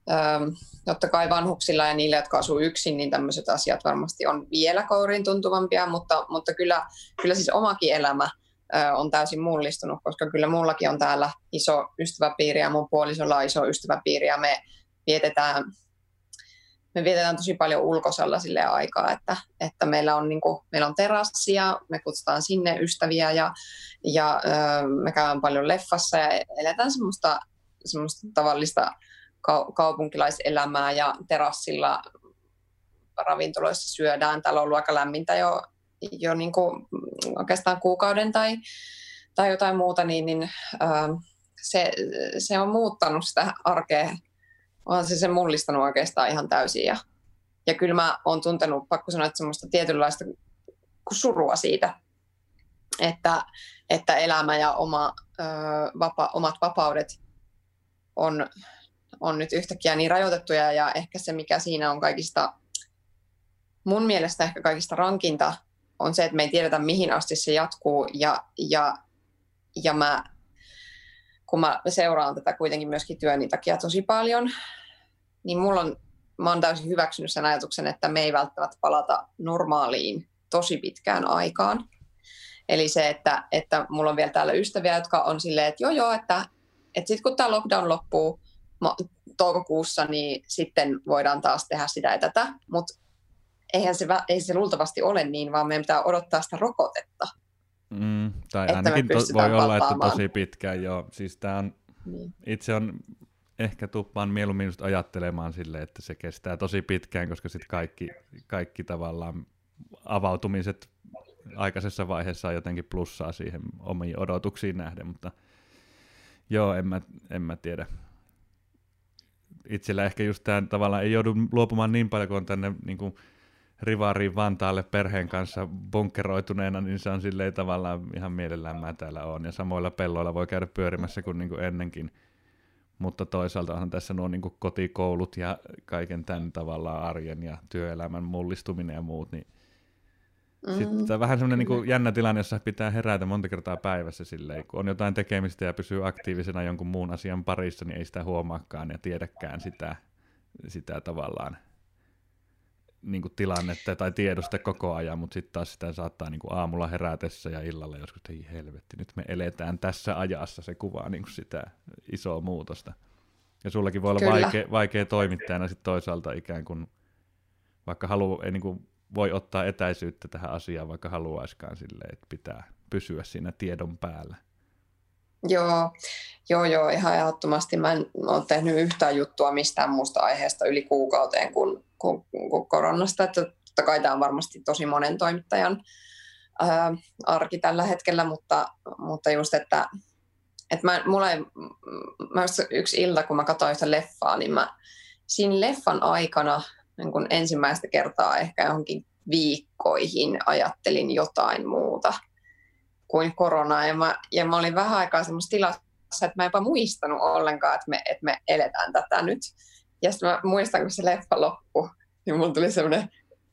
totta kai vanhuksilla ja niillä, jotka asuu yksin, niin tämmöiset asiat varmasti on vielä kouriin tuntuvampia, mutta, mutta kyllä, kyllä siis omakin elämä ö, on täysin mullistunut, koska kyllä mullakin on täällä iso ystäväpiiri ja mun puolisolla on iso ystäväpiiri ja me vietetään, me vietetään tosi paljon ulkosalla silleen aikaa, että, että meillä, on, niin kuin, meillä on terassi ja me kutsutaan sinne ystäviä ja, ja ö, me käydään paljon leffassa ja eletään semmoista, semmoista tavallista kaupunkilaiselämää ja terassilla ravintoloissa syödään. Täällä on ollut aika lämmintä jo, jo niin kuin oikeastaan kuukauden tai, tai jotain muuta, niin, niin äh, se, se on muuttanut sitä arkea. Onhan se sen mullistanut oikeastaan ihan täysin. Ja, ja kyllä mä oon tuntenut, pakko sanoa, että semmoista tietynlaista surua siitä, että, että elämä ja oma, ö, vapa, omat vapaudet on on nyt yhtäkkiä niin rajoitettuja ja ehkä se, mikä siinä on kaikista, mun mielestä ehkä kaikista rankinta, on se, että me ei tiedetä, mihin asti se jatkuu ja, ja, ja mä, kun mä seuraan tätä kuitenkin myöskin työni takia tosi paljon, niin mulla on, mä oon täysin hyväksynyt sen ajatuksen, että me ei välttämättä palata normaaliin tosi pitkään aikaan. Eli se, että, että mulla on vielä täällä ystäviä, jotka on silleen, että joo joo, että, että sitten kun tämä lockdown loppuu, toukokuussa, niin sitten voidaan taas tehdä sitä ja tätä, mutta eihän se, ei se luultavasti ole niin, vaan meidän pitää odottaa sitä rokotetta. Mm, tai ainakin to, voi olla, että tosi pitkään, joo. Siis tää on, niin. Itse on ehkä tuppaan mieluummin just ajattelemaan silleen, että se kestää tosi pitkään, koska sitten kaikki, kaikki tavallaan avautumiset aikaisessa vaiheessa on jotenkin plussaa siihen omiin odotuksiin nähden, mutta joo, en mä, en mä tiedä. Itsellä ehkä just tämä tavallaan ei joudu luopumaan niin paljon, kun on tänne niin kuin Rivariin Vantaalle perheen kanssa bunkkeroituneena, niin se on silleen tavallaan ihan mielellään mä täällä oon. Ja samoilla pelloilla voi käydä pyörimässä kuin, niin kuin ennenkin. Mutta toisaalta on tässä nuo niin kuin kotikoulut ja kaiken tämän tavallaan arjen ja työelämän mullistuminen ja muut. Niin mm. Sitten vähän semmoinen niin kuin jännä tilanne, jossa pitää herätä monta kertaa päivässä silleen. Kun on jotain tekemistä ja pysyy aktiivisena jonkun muun asian parissa, niin ei sitä huomaakaan ja tiedäkään sitä, sitä tavallaan niin kuin tilannetta tai tiedosta koko ajan, mutta sitten taas sitä saattaa niin kuin aamulla herätessä ja illalla joskus, että ei helvetti, nyt me eletään tässä ajassa, se kuvaa niin kuin sitä isoa muutosta. Ja sullakin voi olla vaikea, vaikea toimittajana sitten toisaalta ikään kuin, vaikka halu, ei niin kuin voi ottaa etäisyyttä tähän asiaan, vaikka haluaiskaan silleen, että pitää pysyä siinä tiedon päällä. Joo, joo, joo, ihan ehdottomasti. Mä en ole tehnyt yhtään juttua mistään muusta aiheesta yli kuukauteen kuin, kuin, kuin koronasta. Että totta kai tämä on varmasti tosi monen toimittajan ää, arki tällä hetkellä, mutta, mutta just, että, että mä, mulla ei, mä yksi ilta, kun mä katsoin sitä leffaa, niin mä siinä leffan aikana niin kun ensimmäistä kertaa ehkä johonkin viikkoihin ajattelin jotain muuta kuin koronaa. Ja mä, ja mä olin vähän aikaa semmoisessa tilassa, että mä en jopa muistanut ollenkaan, että me, että me eletään tätä nyt. Ja sitten mä muistan, kun se leffa loppui, niin mulla tuli semmoinen,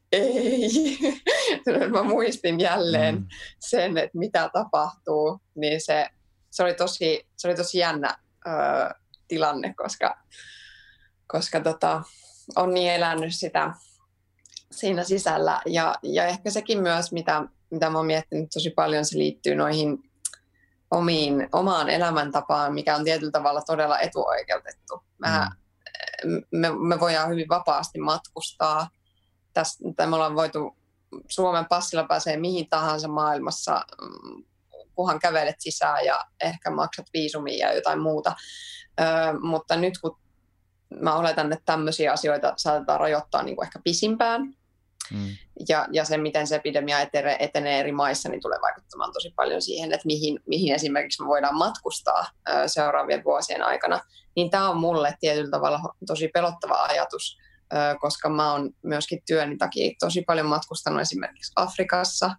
ei. Mä muistin jälleen mm. sen, että mitä tapahtuu. Niin se, se, oli, tosi, se oli tosi jännä ö, tilanne, koska, koska tota, on niin elänyt sitä siinä sisällä. Ja, ja ehkä sekin myös, mitä, mitä mä oon miettinyt tosi paljon, se liittyy noihin omiin, omaan elämäntapaan, mikä on tietyllä tavalla todella etuoikeutettu. Mehän, mm. me, me voidaan hyvin vapaasti matkustaa. Tästä, me ollaan voitu, Suomen passilla pääsee mihin tahansa maailmassa, kunhan kävelet sisään ja ehkä maksat viisumia ja jotain muuta. Ö, mutta nyt kun mä oletan, että tämmöisiä asioita saatetaan rajoittaa niin kuin ehkä pisimpään. Mm. Ja, ja se, miten se epidemia etenee, etenee eri maissa, niin tulee vaikuttamaan tosi paljon siihen, että mihin, mihin esimerkiksi me voidaan matkustaa ö, seuraavien vuosien aikana. Niin tämä on mulle tietyllä tavalla tosi pelottava ajatus, ö, koska mä oon myöskin työni takia tosi paljon matkustanut esimerkiksi Afrikassa.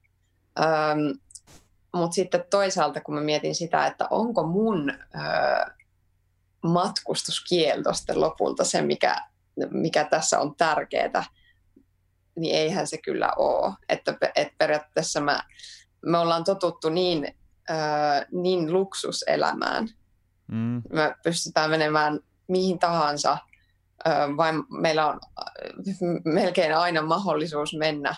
Mutta sitten toisaalta, kun mä mietin sitä, että onko mun ö, matkustuskielto sitten lopulta se, mikä, mikä tässä on tärkeää, niin eihän se kyllä ole. Että, että periaatteessa mä, me ollaan totuttu niin, äh, niin luksuselämään. Mm. Me pystytään menemään mihin tahansa vai meillä on melkein aina mahdollisuus mennä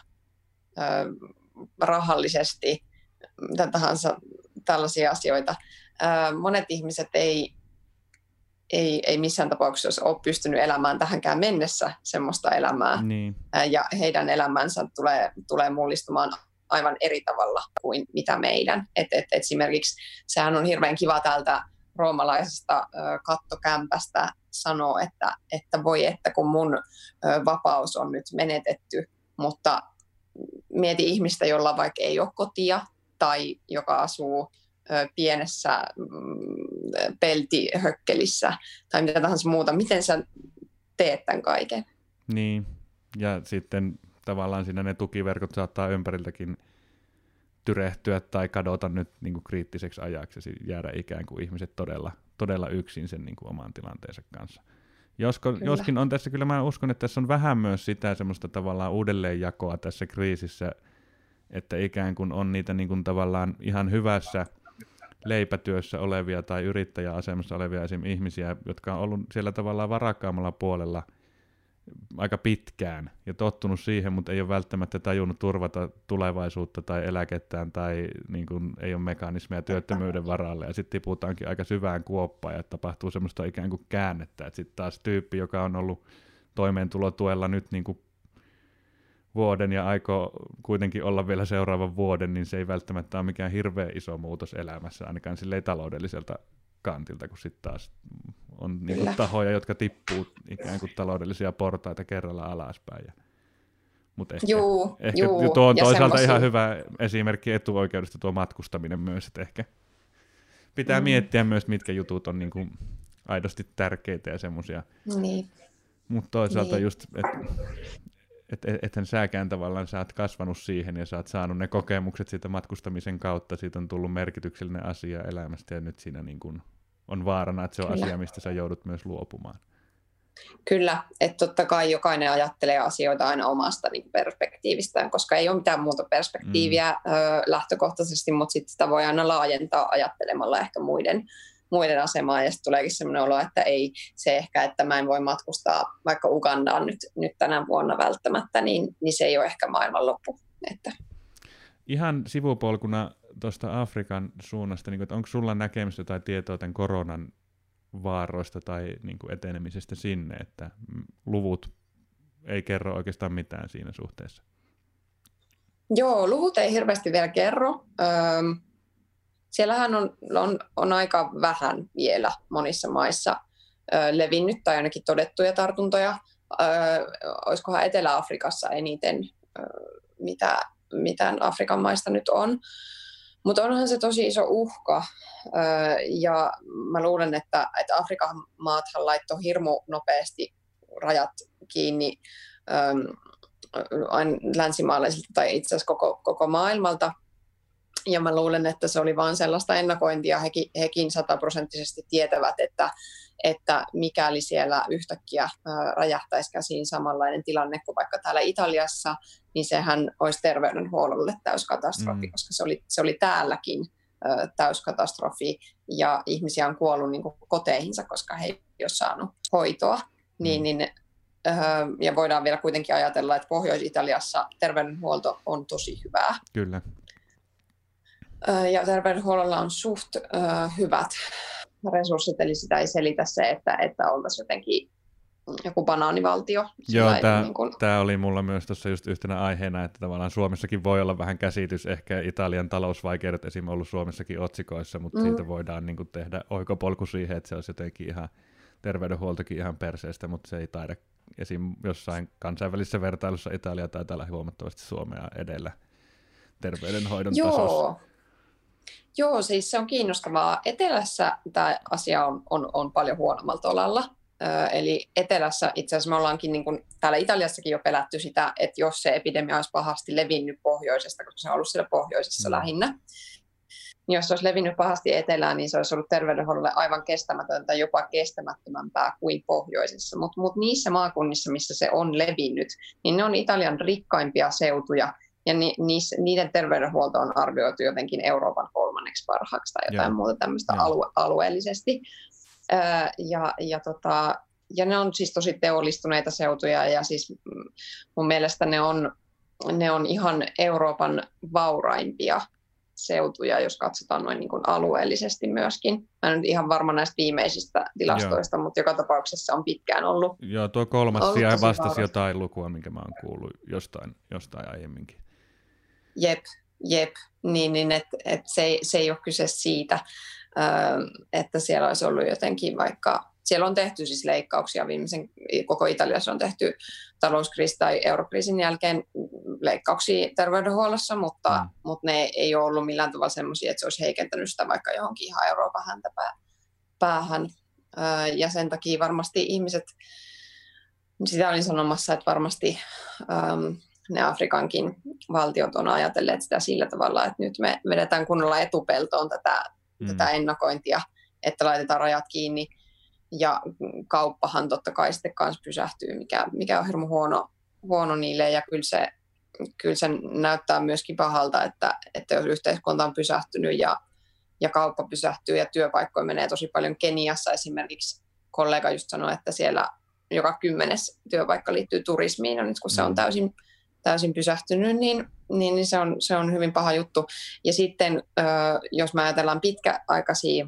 rahallisesti, mitä tahansa tällaisia asioita. Monet ihmiset ei, ei, ei missään tapauksessa ole pystynyt elämään tähänkään mennessä semmoista elämää, niin. Ja heidän elämänsä tulee, tulee mullistumaan aivan eri tavalla kuin mitä meidän. Et, et, esimerkiksi sehän on hirveän kiva täältä roomalaisesta kattokämpästä sanoa, että, että voi että kun mun vapaus on nyt menetetty, mutta mieti ihmistä, jolla vaikka ei ole kotia tai joka asuu pienessä peltihökkelissä tai mitä tahansa muuta. Miten sä teet tämän kaiken? Niin, ja sitten tavallaan siinä ne tukiverkot saattaa ympäriltäkin tyrehtyä tai kadota nyt niin kuin kriittiseksi ajaksi ja jäädä ikään kuin ihmiset todella, todella yksin sen niin kuin oman tilanteensa kanssa. Josko, joskin on tässä, kyllä mä uskon, että tässä on vähän myös sitä semmoista tavallaan uudelleenjakoa tässä kriisissä, että ikään kuin on niitä niin kuin tavallaan ihan hyvässä leipätyössä olevia tai yrittäjäasemassa olevia esim. Ihmisiä, jotka on ollut siellä tavallaan varakkaammalla puolella aika pitkään ja tottunut siihen, mutta ei ole välttämättä tajunnut turvata tulevaisuutta tai eläkettään tai niin kuin, ei ole mekanismeja työttömyyden varalle ja sitten tiputaankin aika syvään kuoppaan ja tapahtuu semmoista ikään kuin käännettä, että sitten taas tyyppi, joka on ollut toimeentulotuella nyt niin kuin vuoden ja aikoo kuitenkin olla vielä seuraavan vuoden, niin se ei välttämättä ole mikään hirveän iso muutos elämässä, ainakaan silleen taloudelliselta kantilta, kun sitten taas on niinku tahoja, jotka tippuu ikään kuin taloudellisia portaita kerralla alaspäin. Mutta ehkä, juu, ehkä juu, tuo on toisaalta semmosia ihan hyvä esimerkki etuoikeudesta tuo matkustaminen myös, että ehkä pitää mm. miettiä myös, mitkä jutut on niinku aidosti tärkeitä ja semmoisia. Niin. Mutta toisaalta niin. just, että et, et, ethän säkään tavallaan sä oot kasvanut siihen ja sä oot saanut ne kokemukset siitä matkustamisen kautta, siitä on tullut merkityksellinen asia elämästä ja nyt siinä niin kun on vaarana, että se on Kyllä. asia, mistä sä joudut myös luopumaan. Kyllä, että totta kai jokainen ajattelee asioita aina omasta niin perspektiivistään, koska ei ole mitään muuta perspektiiviä mm. ö, lähtökohtaisesti, mutta sitten sitä voi aina laajentaa ajattelemalla ehkä muiden, muiden asemaa ja sitten tuleekin sellainen olo, että ei se ehkä, että mä en voi matkustaa vaikka Ugandaan nyt, nyt tänä vuonna välttämättä, niin, niin se ei ole ehkä maailmanloppu. Että. Ihan sivupolkuna tuosta Afrikan suunnasta, niin onko sulla näkemystä tai tietoa tämän koronan vaaroista tai niin kuin etenemisestä sinne, että luvut ei kerro oikeastaan mitään siinä suhteessa? Joo, luvut ei hirveästi vielä kerro. Öm, siellähän on, on, on aika vähän vielä monissa maissa ö, levinnyt tai ainakin todettuja tartuntoja. Ö, olisikohan Etelä-Afrikassa eniten, ö, mitä, mitä Afrikan maista nyt on. Mutta onhan se tosi iso uhka ja mä luulen, että, että Afrikan maathan laittoi hirmu nopeasti rajat kiinni ähm, länsimaalaisilta tai itse asiassa koko, koko maailmalta. Ja mä luulen, että se oli vain sellaista ennakointia. Hekin, hekin sataprosenttisesti tietävät, että, että mikäli siellä yhtäkkiä äh, räjähtäisi käsiin samanlainen tilanne kuin vaikka täällä Italiassa, niin sehän olisi terveydenhuollolle täyskatastrofi, mm. koska se oli, se oli täälläkin äh, täyskatastrofi ja ihmisiä on kuollut niin kuin koteihinsa, koska he ei ole saanut hoitoa. Mm. Niin, niin, äh, ja voidaan vielä kuitenkin ajatella, että Pohjois-Italiassa terveydenhuolto on tosi hyvää. Kyllä. Ja terveydenhuollolla on suht äh, hyvät resurssit, eli sitä ei selitä se, että, että oltaisiin jotenkin joku banaanivaltio. Joo, tämä niin kun... oli mulla myös tuossa just yhtenä aiheena, että tavallaan Suomessakin voi olla vähän käsitys, ehkä Italian talousvaikeudet esim. Ollut Suomessakin otsikoissa, mutta mm. siitä voidaan niin kuin tehdä oikopolku siihen, että se olisi jotenkin ihan terveydenhuoltokin ihan perseestä, mutta se ei taida esim. Jossain kansainvälisessä vertailussa Italia taitaa olla huomattavasti Suomea edellä terveydenhoidon Joo. tasossa. Joo, siis se on kiinnostavaa. Etelässä tämä asia on, on, on paljon huonommalla tolalla. Ö, eli etelässä itse asiassa me ollaankin niin kuin täällä Italiassakin jo pelätty sitä, että jos se epidemia olisi pahasti levinnyt pohjoisesta, koska se on ollut siellä pohjoisessa mm. lähinnä, niin jos se olisi levinnyt pahasti etelään, niin se olisi ollut terveydenhuollolle aivan kestämätöntä, jopa kestämättömämpää kuin pohjoisessa. Mutta mut niissä maakunnissa, missä se on levinnyt, niin ne on Italian rikkaimpia seutuja, ja ni, niis, niiden terveydenhuolto on arvioitu jotenkin Euroopan kolmanneksi parhaaksi tai jotain yeah. muuta tämmöistä yeah. alue, alueellisesti. Ö, ja, ja, tota, ja ne on siis tosi teollistuneita seutuja ja siis mun mielestä ne on, ne on ihan Euroopan vauraimpia seutuja, jos katsotaan noin niin kuin alueellisesti myöskin. Mä en nyt ihan varma näistä viimeisistä tilastoista, Joo. mutta joka tapauksessa on pitkään ollut. Joo, tuo kolmas sija vastasi jotain lukua, minkä mä oon kuullut jostain, jostain aiemminkin. Jep, jep. Niin, niin että et se, se ei ole kyse siitä, että siellä olisi ollut jotenkin vaikka, siellä on tehty siis leikkauksia viimeisen, koko Italiassa on tehty talouskriisi tai eurokriisin jälkeen leikkauksia terveydenhuollossa, mutta, mm. mutta ne ei ole ollut millään tavalla semmoisia, että se olisi heikentänyt sitä vaikka johonkin ihan Euroopan häntäpäähän. Ja sen takia varmasti ihmiset, sitä olin sanomassa, että varmasti ähm, ne Afrikankin valtiot on ajatelleet sitä sillä tavalla, että nyt me vedetään kunnolla etupeltoon tätä, mm. tätä ennakointia, että laitetaan rajat kiinni. Ja kauppahan totta kai sitten kanssa pysähtyy, mikä, mikä on hirmu huono, huono niille. Ja kyllä se, kyllä se näyttää myöskin pahalta, että, että jos yhteiskunta on pysähtynyt ja, ja kauppa pysähtyy ja työpaikkoja menee tosi paljon. Keniassa esimerkiksi kollega just sanoi, että siellä joka kymmenes työpaikka liittyy turismiin. Ja nyt kun se on täysin, täysin pysähtynyt, niin, niin, niin se, on, se on hyvin paha juttu. Ja sitten jos me ajatellaan pitkäaikaisia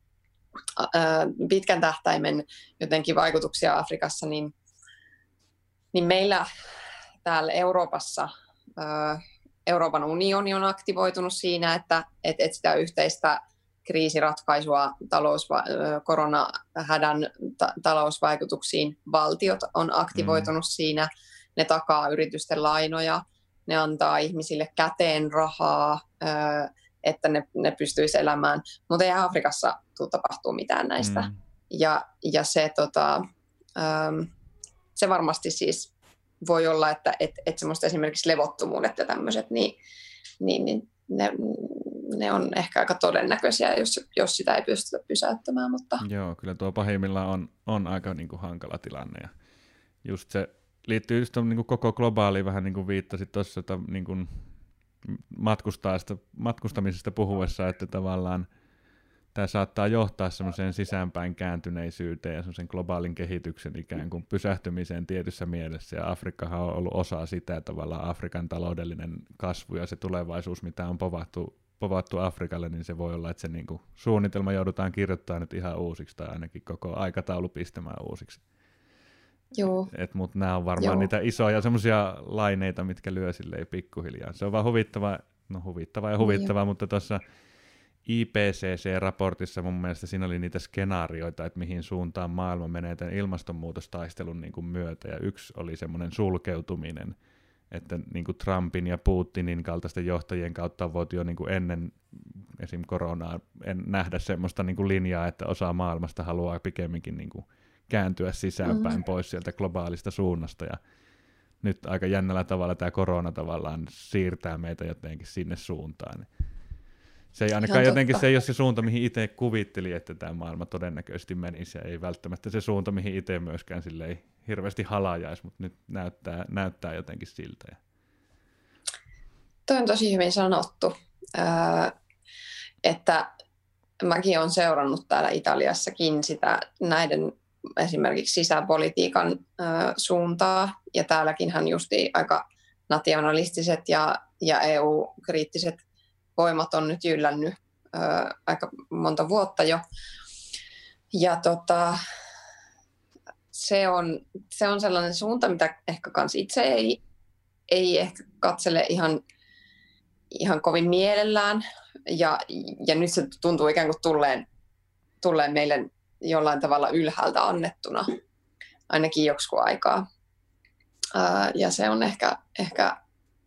pitkän tähtäimen jotenkin vaikutuksia Afrikassa, niin, niin meillä täällä Euroopassa Euroopan unioni on aktivoitunut siinä, että et, et sitä yhteistä kriisiratkaisua talous, koronahädän ta, talousvaikutuksiin valtiot on aktivoitunut mm. siinä. Ne takaa yritysten lainoja, ne antaa ihmisille käteen rahaa, että ne, ne pystyisi elämään. Mutta ei Afrikassa tule tapahtuu mitään näistä. Mm. Ja, ja se, tota, ähm, se varmasti siis voi olla, että et, et semmoista esimerkiksi levottomuudet ja tämmöiset, niin, niin, niin ne, ne on ehkä aika todennäköisiä, jos, jos sitä ei pystytä pysäyttämään. Mutta... Joo, kyllä tuo pahimmillaan on, on aika niin kuin hankala tilanne. Ja just se liittyy just niin kuin koko globaaliin, vähän niin kuin viittasit tuossa, että niin kuin matkustamisesta puhuessa, että tavallaan tämä saattaa johtaa semmoiseen sisäänpäin kääntyneisyyteen ja semmoisen globaalin kehityksen ikään kuin pysähtymiseen tietyssä mielessä. Ja Afrikkahan on ollut osa sitä tavallaan Afrikan taloudellinen kasvu ja se tulevaisuus, mitä on povattu, povattu Afrikalle, niin se voi olla, että se niin kuin suunnitelma joudutaan kirjoittamaan nyt ihan uusiksi tai ainakin koko aikataulu pistämään uusiksi. Joo. Mutta nämä on varmaan Joo. niitä isoja semmoisia laineita, mitkä lyö silleen pikkuhiljaa. Se on vaan huvittava, no huvittava ja huvittava, niin mutta tuossa I P C C-raportissa mun mielestä siinä oli niitä skenaarioita, että mihin suuntaan maailma menee tämän ilmastonmuutostaistelun niin kuin myötä. Ja yksi oli semmoinen sulkeutuminen, että niin kuin Trumpin ja Putinin kaltaisten johtajien kautta on voitu jo niin kuin ennen esim. Koronaa en nähdä semmoista niin kuin linjaa, että osa maailmasta haluaa pikemminkin niin kuin kääntyä sisäänpäin mm. pois sieltä globaalista suunnasta. Ja nyt aika jännällä tavalla tämä korona tavallaan siirtää meitä jotenkin sinne suuntaan. Se ei ainakaan jotenkin, se ei ole se suunta, mihin itse kuvitteli, että tämä maailma todennäköisesti menisi, ja ei välttämättä se suunta, mihin itse myöskään sille ei hirveästi halajaisi, mutta nyt näyttää, näyttää jotenkin siltä. Tuo on tosi hyvin sanottu, äh, että mäkin olen seurannut täällä Italiassakin sitä näiden esimerkiksi sisäpolitiikan äh, suuntaa, ja täälläkinhän justi aika nationalistiset ja, ja E U-kriittiset voimat on nyt jyllännyt ö, aika monta vuotta jo. Ja tota, se, on, se on sellainen suunta, mitä ehkä kans itse ei, ei ehkä katsele ihan, ihan kovin mielellään. Ja, ja nyt se tuntuu ikään kuin tulleen, tulleen meille jollain tavalla ylhäältä annettuna, ainakin joksikin aikaa. Ö, ja se on ehkä... ehkä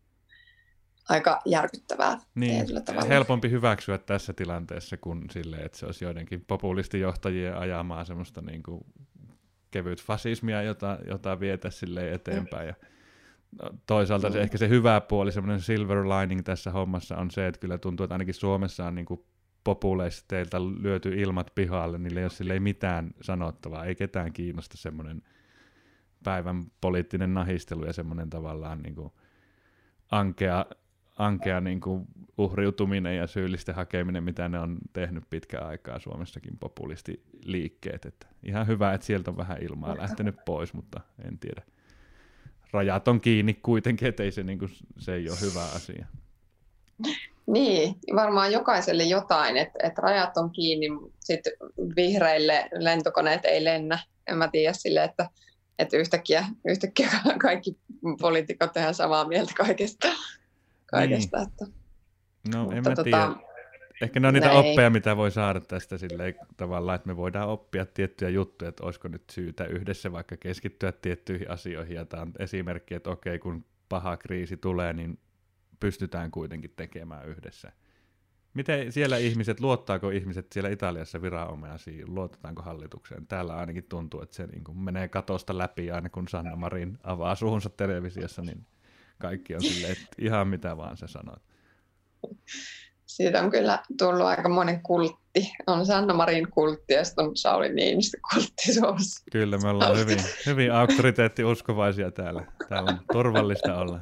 aika järkyttävää niin, tietyllä tavalla. Helpompi hyväksyä tässä tilanteessa kuin silleen, että se olisi joidenkin populistijohtajien ajamaa semmoista niin kuin kevyt fasismia, jota, jota vietä silleen eteenpäin. Ja toisaalta mm. se, ehkä se hyvä puoli, semmoinen silver lining tässä hommassa on se, että kyllä tuntuu, että ainakin Suomessa on niin kuin populisteilta lyöty ilmat pihalle, niillä ei ole silleen mitään sanottavaa, ei ketään kiinnosta semmoinen päivän poliittinen nahistelu ja semmoinen tavallaan niin kuin ankea ankea niin kuin uhriutuminen ja syyllisten hakeminen, mitä ne on tehnyt pitkään aikaa Suomessakin populistiliikkeet. Että ihan hyvä, että sieltä on vähän ilmaa lähtenyt pois, mutta en tiedä. Rajat on kiinni kuitenkin, että ei se, niin kuin, se ei ole hyvä asia. Niin, varmaan jokaiselle jotain, että, että rajat on kiinni, sitten vihreille lentokoneet ei lennä. En mä tiedä sille, että, että yhtäkkiä, yhtäkkiä kaikki poliitikot tehdään samaa mieltä kaikesta. kaikesta niin. että, no mutta en mä tota, tiedä. Ehkä ne on niitä näin. oppeja, mitä voi saada tästä silleen tavallaan, että me voidaan oppia tiettyjä juttuja, että olisiko nyt syytä yhdessä vaikka keskittyä tiettyihin asioihin. Ja tämä on esimerkki, että okei, kun paha kriisi tulee, niin pystytään kuitenkin tekemään yhdessä. Miten siellä ihmiset, luottaako ihmiset siellä Italiassa viranomaisiin, luotetaanko hallitukseen? Täällä ainakin tuntuu, että se niin kuin menee katosta läpi aina kun Sanna Marin avaa suunsa televisiossa, niin kaikki on silleen, että ihan mitä vaan sä sanot. Siitä on kyllä tullut aika monen kultti. On Sanna Marin kultti ja sitten on Sauli Niinistö kultti Suomessa. Kyllä, me ollaan hyvin, hyvin auktoriteettiuskovaisia täällä. Täällä on turvallista olla.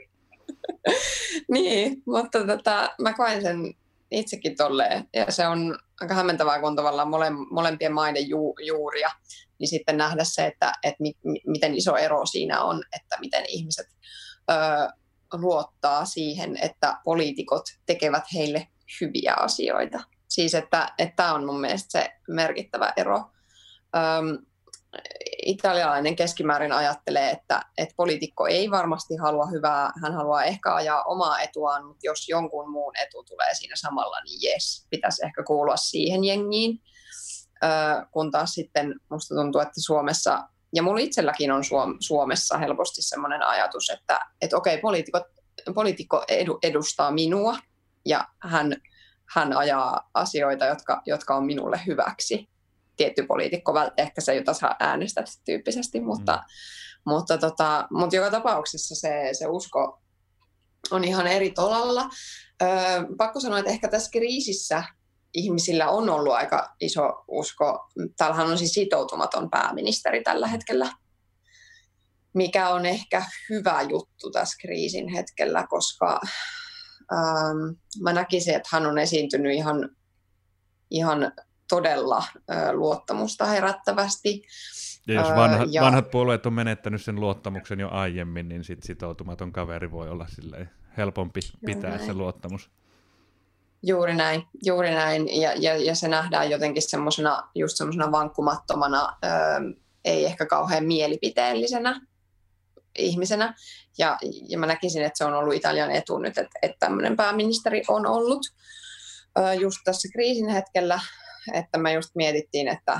Niin, mutta tota, mä koen sen itsekin tolleen. Ja se on aika hämmentävää, kun tavallaan mole, molempien maiden ju, juuria. Niin sitten nähdä se, että, että mi, mi, miten iso ero siinä on, että miten ihmiset ö, luottaa siihen, että poliitikot tekevät heille hyviä asioita. Siis, että tämä on mun mielestä se merkittävä ero. Öm, italialainen keskimäärin ajattelee, että, että poliitikko ei varmasti halua hyvää, hän haluaa ehkä ajaa omaa etuaan, mutta jos jonkun muun etu tulee siinä samalla, niin jes, pitäisi ehkä kuulua siihen jengiin. Öö, kun taas sitten musta tuntuu, että Suomessa, ja mulla itselläkin on Suom- Suomessa helposti semmoinen ajatus, että, että okei, poliitikot, poliitikko edu, edustaa minua, ja hän, hän ajaa asioita, jotka, jotka on minulle hyväksi. Tietty poliitikko, ehkä se, jota saa äänestää tyyppisesti, mutta, mm. mutta, tota, mutta joka tapauksessa se, se usko on ihan eri tolalla. Öö, pakko sanoa, että ehkä tässä kriisissä ihmisillä on ollut aika iso usko. Täällähän on siis sitoutumaton pääministeri tällä hetkellä, mikä on ehkä hyvä juttu tässä kriisin hetkellä, koska ähm, mä näkisin, että hän on esiintynyt ihan, ihan todella ö, luottamusta herättävästi. Ja jos vanhat, ja vanhat puolueet on menettänyt sen luottamuksen jo aiemmin, niin sit sitoutumaton kaveri voi olla helpompi pitää se luottamus. Juuri näin, juuri näin. Ja, ja, ja se nähdään jotenkin semmoisena, just semmoisena vankkumattomana, ö, ei ehkä kauhean mielipiteellisenä ihmisenä. Ja, ja mä näkisin, että se on ollut Italian etu nyt, että, että tämmöinen pääministeri on ollut ö, just tässä kriisin hetkellä. Että me just mietittiin, että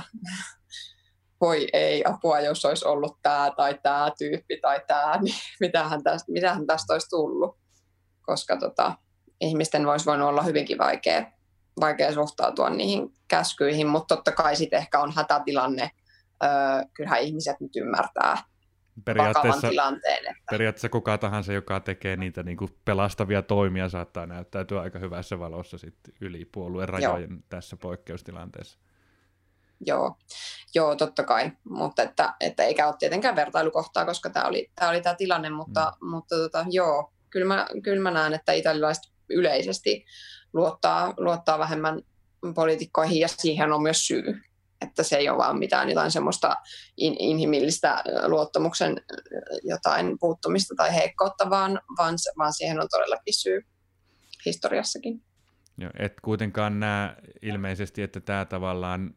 voi ei apua, jos olisi ollut tämä tai tämä tyyppi tai tämä, niin mitähän tästä, mitähän tästä olisi tullut. Koska tota, ihmisten voisi voinut olla hyvinkin vaikea, vaikea suhtautua niihin käskyihin, mutta totta kai sitten ehkä on hätätilanne. Öö, kyllähän ihmiset nyt ymmärtää vakavan tilanteen. Että periaatteessa kuka tahansa, joka tekee niitä niin kuin pelastavia toimia, saattaa näyttäytyä aika hyvässä valossa sit yli puolueen rajojen Joo. tässä poikkeustilanteessa. Joo, Joo totta kai, mutta että, että eikä ole tietenkään vertailukohtaa, koska tämä oli tämä oli tämä tilanne, mutta, mm. mutta tota, joo, kyllä mä, kyllä mä näen, että italialaiset yleisesti luottaa, luottaa vähemmän poliitikkoihin ja siihen on myös syy. Että se ei ole vaan mitään jotain semmoista in, inhimillistä luottamuksen jotain puuttumista tai heikkoutta, vaan, vaan, vaan siihen on todellakin syy historiassakin. Joo, et kuitenkaan näe ilmeisesti, että tämä tavallaan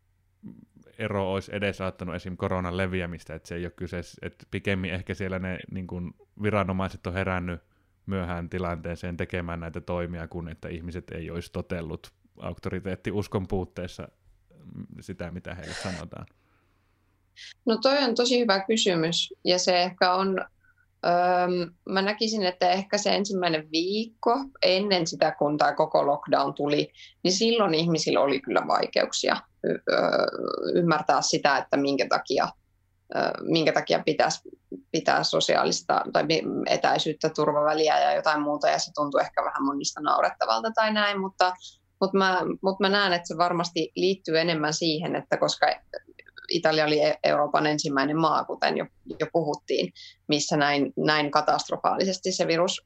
ero olisi edesauttanut esim. Koronan leviämistä, että se ei ole kyse, että pikemmin ehkä siellä ne niin kuin viranomaiset on herännyt myöhään tilanteeseen tekemään näitä toimia, kun että ihmiset ei olisi totellut auktoriteettiuskon puutteessa sitä, mitä heille sanotaan? No toi on tosi hyvä kysymys ja se ehkä on, öö, mä näkisin, että ehkä se ensimmäinen viikko ennen sitä, kun tämä koko lockdown tuli, niin silloin ihmisillä oli kyllä vaikeuksia öö, ymmärtää sitä, että minkä takia, öö, minkä takia pitäisi pitää sosiaalista tai etäisyyttä, turvaväliä ja jotain muuta ja se tuntui ehkä vähän monista naurettavalta tai näin, mutta Mutta mä, mut mä näen, että se varmasti liittyy enemmän siihen, että koska Italia oli Euroopan ensimmäinen maa, kuten jo, jo puhuttiin, missä näin, näin katastrofaalisesti se virus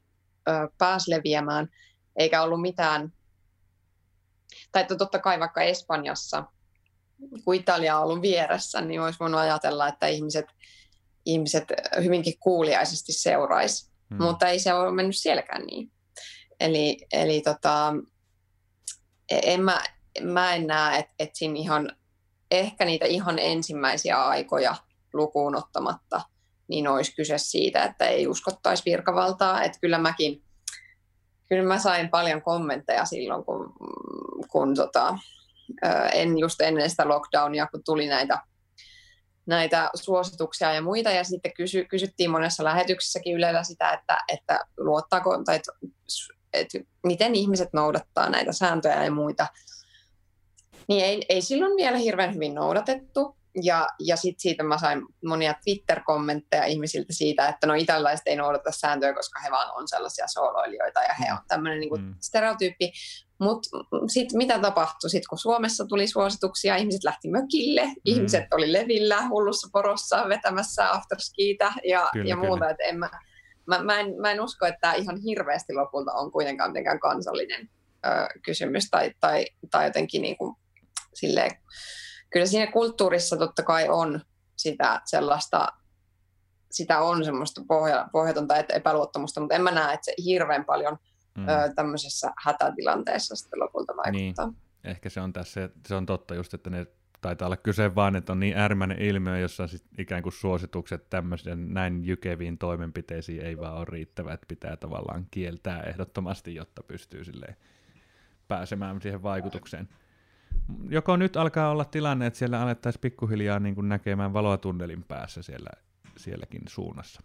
ö, pääsi leviämään, eikä ollut mitään, tai totta kai vaikka Espanjassa, kun Italia on ollut vieressä, niin olisi voinut ajatella, että ihmiset, ihmiset hyvinkin kuuliaisesti seuraisi, hmm. mutta ei se ole mennyt sielläkään niin. Eli, eli tota, en mä, mä en näe, että et siinä ihan, ehkä niitä ihan ensimmäisiä aikoja lukuun ottamatta, niin olisi kyse siitä, että ei uskottaisi virkavaltaa. Että kyllä mäkin, kyllä mä sain paljon kommentteja silloin, kun, kun tota, en just ennen sitä lockdownia, kun tuli näitä, näitä suosituksia ja muita, ja sitten kysy, kysyttiin monessa lähetyksessäkin Ylellä sitä, että, että luottaako, tai että, että miten ihmiset noudattaa näitä sääntöjä ja muita. Niin ei, ei silloin vielä hirveän hyvin noudatettu, ja, ja sitten siitä mä sain monia Twitter-kommentteja ihmisiltä siitä, että no italialaiset ei noudata sääntöjä, koska he vaan on sellaisia sooloilijoita, ja he on tämmöinen niinku mm. stereotyyppi. Mutta sitten mitä tapahtui? Sitten kun Suomessa tuli suosituksia, ihmiset lähti mökille, mm. ihmiset oli levillä, hullussa porossa vetämässä afterskiitä ja, kyllä, ja muuta. Et en mä, mä, mä, en, mä en usko, että tämä ihan hirveästi lopulta on kuitenkaan mitenkään kansallinen ö, kysymys tai, tai, tai jotenkin niin kuin, silleen, kyllä siinä kulttuurissa totta kai on sitä sellaista, sitä on semmoista pohja, pohjatonta epäluottamusta, mutta en mä näe, että se hirveän paljon Mm. tämmöisessä hätätilanteessa sitten lopulta vaikuttaa. Niin. Ehkä se on tässä, se on totta just, että ne taitaa olla kyse vaan, että on niin äärimmäinen ilmiö, jossa sit ikään kuin suositukset tämmöisen näin jykeviin toimenpiteisiin ei vaan ole riittävä, että pitää tavallaan kieltää ehdottomasti, jotta pystyy silleen pääsemään siihen vaikutukseen. Joko nyt alkaa olla tilanne, että siellä alettaisiin pikkuhiljaa niin kuin näkemään valoa tunnelin päässä siellä, sielläkin suunnassa?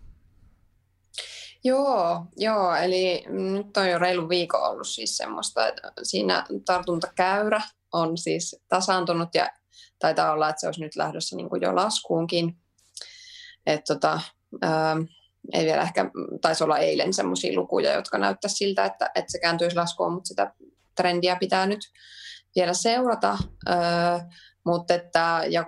Joo, joo, eli nyt on jo reilu viikon ollut siis semmoista, että siinä tartuntakäyrä on siis tasaantunut ja taitaa olla, että se olisi nyt lähdössä niin kuin jo laskuunkin. Että tota, ää, ei vielä ehkä, taisi olla eilen semmoisia lukuja, jotka näyttäisi siltä, että, että se kääntyisi laskuun, mutta sitä trendiä pitää nyt vielä seurata. Ää, mutta että, ja,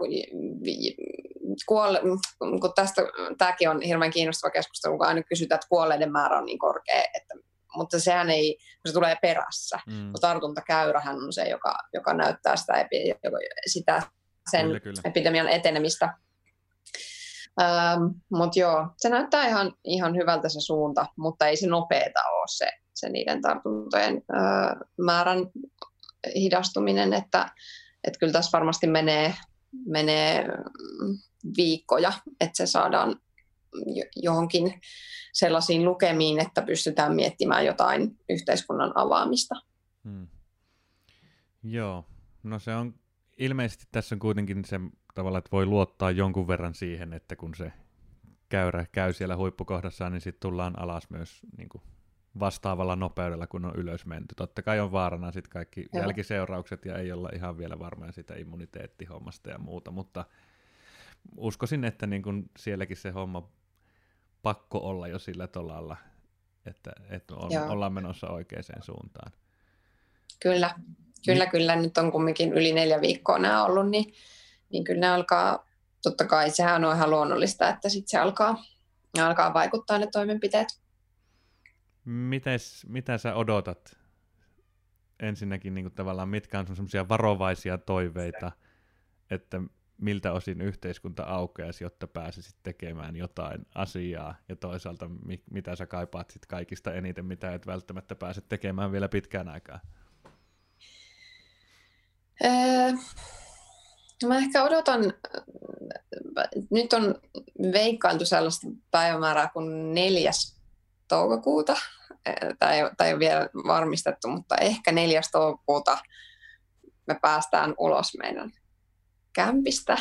Kuolle, kun tästä, tämäkin on hirveän kiinnostava keskustelu, kun aina kysytään, että kuolleiden määrä on niin korkea, että, mutta sehän ei, kun se tulee perässä, mm. kun tartuntakäyrähän on se, joka, joka näyttää sitä, epi, sitä sen kyllä, kyllä. epidemian etenemistä. Ähm, mutta joo, se näyttää ihan, ihan hyvältä se suunta, mutta ei se nopeeta ole se, se niiden tartuntojen äh, määrän hidastuminen, että, että kyllä tässä varmasti menee, menee viikkoja, että se saadaan johonkin sellaisiin lukemiin, että pystytään miettimään jotain yhteiskunnan avaamista. Hmm. Joo, no se on ilmeisesti tässä on kuitenkin se tavalla, että voi luottaa jonkun verran siihen, että kun se käyrä käy siellä huippukohdassa, niin sitten tullaan alas myös niin kuin vastaavalla nopeudella, kun on ylös menty. Totta kai on vaarana sitten kaikki Joo. jälkiseuraukset ja ei olla ihan vielä varmoja sitä immuniteettihommasta ja muuta, mutta uskoisin, että niin kun sielläkin se homma pakko olla jo sillä tolalla, että, että on, ollaan menossa oikeaan suuntaan. Kyllä, kyllä, niin. kyllä. Nyt on kumminkin yli neljä viikkoa nämä ollut, niin, niin kyllä ne alkaa, totta kai sehän on ihan luonnollista, että sitten se alkaa, alkaa vaikuttaa ne toimenpiteet. Mites, mitä sä odotat? Ensinnäkin niin kuin tavallaan mitkä on semmoisia varovaisia toiveita, että miltä osin yhteiskunta aukeaisi, jotta pääsisit tekemään jotain asiaa, ja toisaalta mi- mitä sä kaipaat sit kaikista eniten, mitä et välttämättä pääse tekemään vielä pitkään aikaa? Öö, mä ehkä odotan, nyt on veikkailtu sellaista päivämäärää kuin neljäs toukokuuta, tai ei, tai ei ole vielä varmistettu, mutta ehkä neljäs toukokuuta me päästään ulos meidän kämpistä.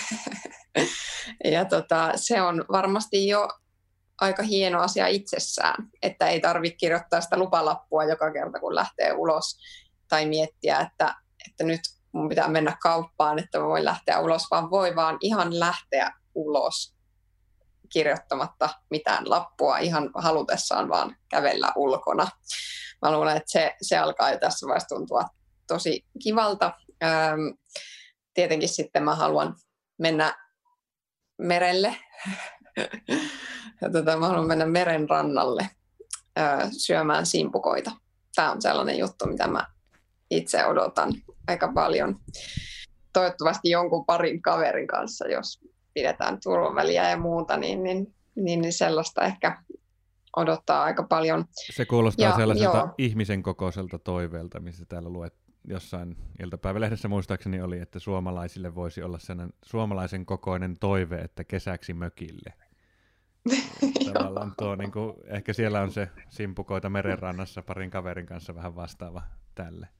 ja tota, se on varmasti jo aika hieno asia itsessään, että ei tarvitse kirjoittaa sitä lupalappua joka kerta, kun lähtee ulos, tai miettiä, että, että nyt mun pitää mennä kauppaan, että voi lähteä ulos, vaan voi vaan ihan lähteä ulos kirjoittamatta mitään lappua, ihan halutessaan vaan kävellä ulkona. Mä luulen, että se, se alkaa jo tässä vaiheessa tuntua tosi kivalta. Ähm, tietenkin sitten mä haluan mennä merelle. ja tota, mä haluan mennä meren rannalle ö, syömään simpukoita. Tämä on sellainen juttu, mitä mä itse odotan aika paljon. Toivottavasti jonkun parin kaverin kanssa, jos pidetään turvaväliä ja muuta, niin, niin, niin, niin sellaista ehkä odottaa aika paljon. Se kuulostaa ja, sellaiselta joo. ihmisen kokoiselta toiveelta, missä täällä luet jossain iltapäivälehdessä muistaakseni oli, että suomalaisille voisi olla sellainen suomalaisen kokoinen toive, että kesäksi mökille. Tavallaan tuo, niin kuin, ehkä siellä on se simpukoita merenrannassa parin kaverin kanssa vähän vastaava tälle.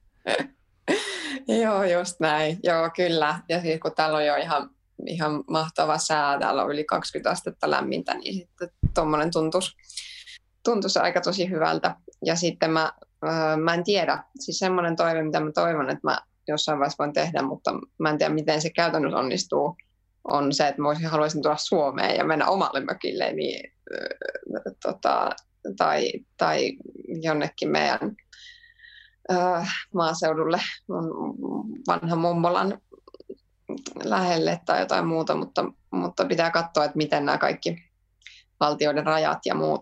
Joo, just näin. Joo, kyllä. Ja siis kun täällä on jo ihan, ihan mahtava sää, täällä on yli kaksikymmentä astetta lämmintä, niin sitten tuommoinen tuntuisi, tuntuisi aika tosi hyvältä. Ja sitten mä, öö, mä en tiedä, siis semmoinen toive, mitä mä toivon, että mä jossain vaiheessa voin tehdä, mutta mä en tiedä, miten se käytännössä onnistuu, on se, että mä olisin, haluaisin tulla Suomeen ja mennä omalle mökille, niin, öö, tota, tai, tai jonnekin meidän maaseudulle mun vanhan mummolan lähelle tai jotain muuta, mutta, mutta pitää katsoa, että miten nämä kaikki valtioiden rajat ja muut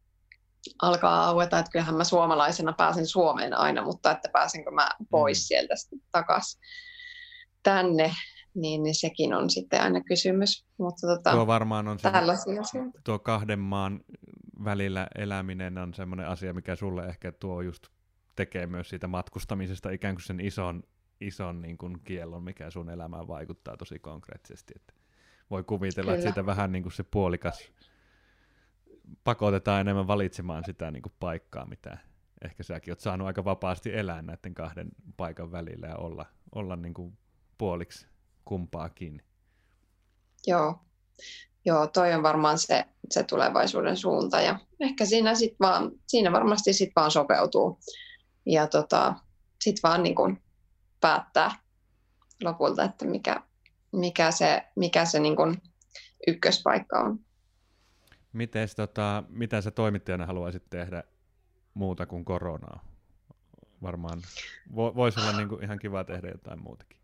alkaa aueta, että kyllähän mä suomalaisena pääsen Suomeen aina, mutta että pääsenkö mä pois mm. sieltä takaisin tänne, niin, niin sekin on sitten aina kysymys. Mutta tota, tuo varmaan on se, asioita. Tuo kahden maan välillä eläminen on semmoinen asia, mikä sulle ehkä tuo just tekee myös siitä matkustamisesta ikään kuin sen ison, ison niin kuin kiellon, mikä sun elämään vaikuttaa tosi konkreettisesti. Että voi kuvitella, Kyllä. että siitä vähän niin kuin se puolikas pakotetaan enemmän valitsemaan sitä niin kuin paikkaa, mitä ehkä säkin oot saanut aika vapaasti elää näiden kahden paikan välillä ja olla, olla niin kuin puoliksi kumpaakin. Joo. Joo, toi on varmaan se, se tulevaisuuden suunta ja ehkä siinä, sit vaan, siinä varmasti sit vaan sopeutuu. Ja tota, sitten vaan niin kun päättää lopulta, että mikä, mikä se, mikä se niin kun ykköspaikka on. Mites, tota, mitä sä toimittajana haluaisit tehdä muuta kuin koronaa? Varmaan vo, voisi olla niin kuin ihan kiva tehdä jotain muutakin.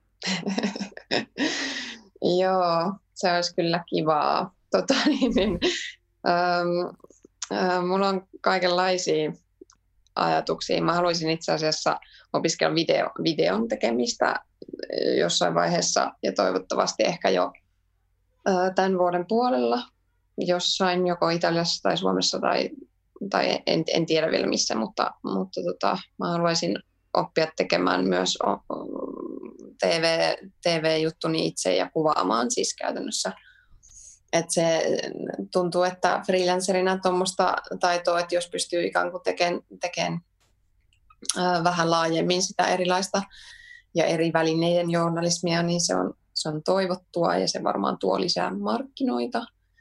Joo, se olisi kyllä kivaa. Tota, niin, niin, ähm, äh, mulla on kaikenlaisia ajatuksia. Mä haluaisin itse asiassa opiskella video, videon tekemistä jossain vaiheessa ja toivottavasti ehkä jo ää, tämän vuoden puolella jossain joko Italiassa tai Suomessa tai, tai en, en tiedä vielä missä, mutta, mutta tota, mä haluaisin oppia tekemään myös T V, T V-juttuni itse ja kuvaamaan siis käytännössä. Että se tuntuu, että freelancerina tuommoista taitoa, että jos pystyy ikään kuin tekemään, tekemään ää, vähän laajemmin sitä erilaista ja eri välineiden journalismia, niin se on, se on toivottua ja se varmaan tuo lisää markkinoita.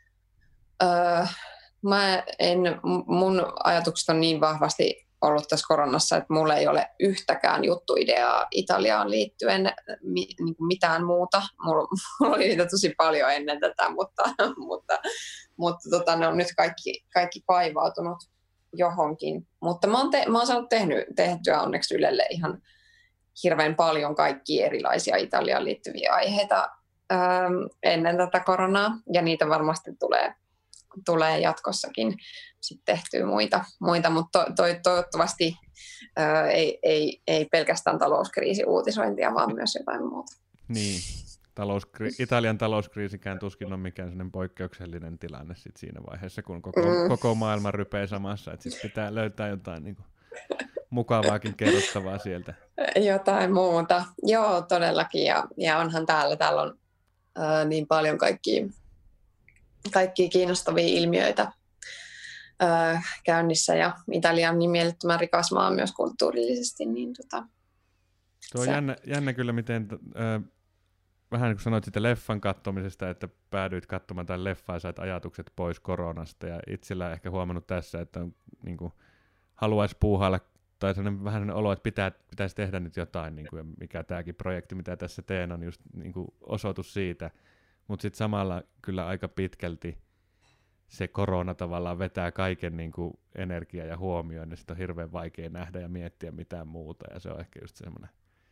Ää, mä en, mun ajatukset on niin vahvasti ollut tässä koronassa, että mulla ei ole yhtäkään juttuideaa Italiaan liittyen mi, niin kuin mitään muuta. Mulla, mulla oli niitä tosi paljon ennen tätä, mutta, mutta, mutta tota, ne on nyt kaikki, kaikki kaivautunut johonkin. Mutta mä oon, te, mä oon saanut tehnyt, tehtyä onneksi Ylelle ihan hirveän paljon kaikkia erilaisia Italiaan liittyviä aiheita ähm, ennen tätä koronaa, ja niitä varmasti tulee, tulee jatkossakin sit tehtyä muita, muita mutta to, to, toivottavasti ää, ei, ei, ei pelkästään talouskriisi-uutisointia, vaan myös jotain muuta. Niin, talouskri- Italian talouskriisikään tuskin on mikään sellainen poikkeuksellinen tilanne sit siinä vaiheessa, kun koko, mm. koko maailma rypee samassa, että sit pitää löytää jotain niin kuin mukavaakin kerrottavaa sieltä. Jotain muuta, joo todellakin, ja, ja onhan täällä, täällä on ää, niin paljon kaikkia, kaikkia kiinnostavia ilmiöitä Öö, käynnissä, ja Italia on niin mielettömän rikas maa myös kulttuurillisesti. Niin tota, Tuo on jännä, jännä kyllä, miten äh, vähän niin kuin sanoit siitä leffan katsomisesta, että päädyit katsomaan tämän leffaa ja sait ajatukset pois koronasta, ja itsellä ehkä huomannut tässä, että on, niin kuin, haluaisi puuhailla, tai sellainen, vähän sellainen olo, että pitää, pitäisi tehdä nyt jotain, niin kuin, ja mikä tämäkin projekti, mitä tässä teen, on just niin kuin osoitus siitä, mutta sitten samalla kyllä aika pitkälti se korona tavallaan vetää kaiken niin kuin energiaa ja huomioon, ja sitten on hirveän vaikea nähdä ja miettiä mitään muuta, ja se on ehkä just semmoinen.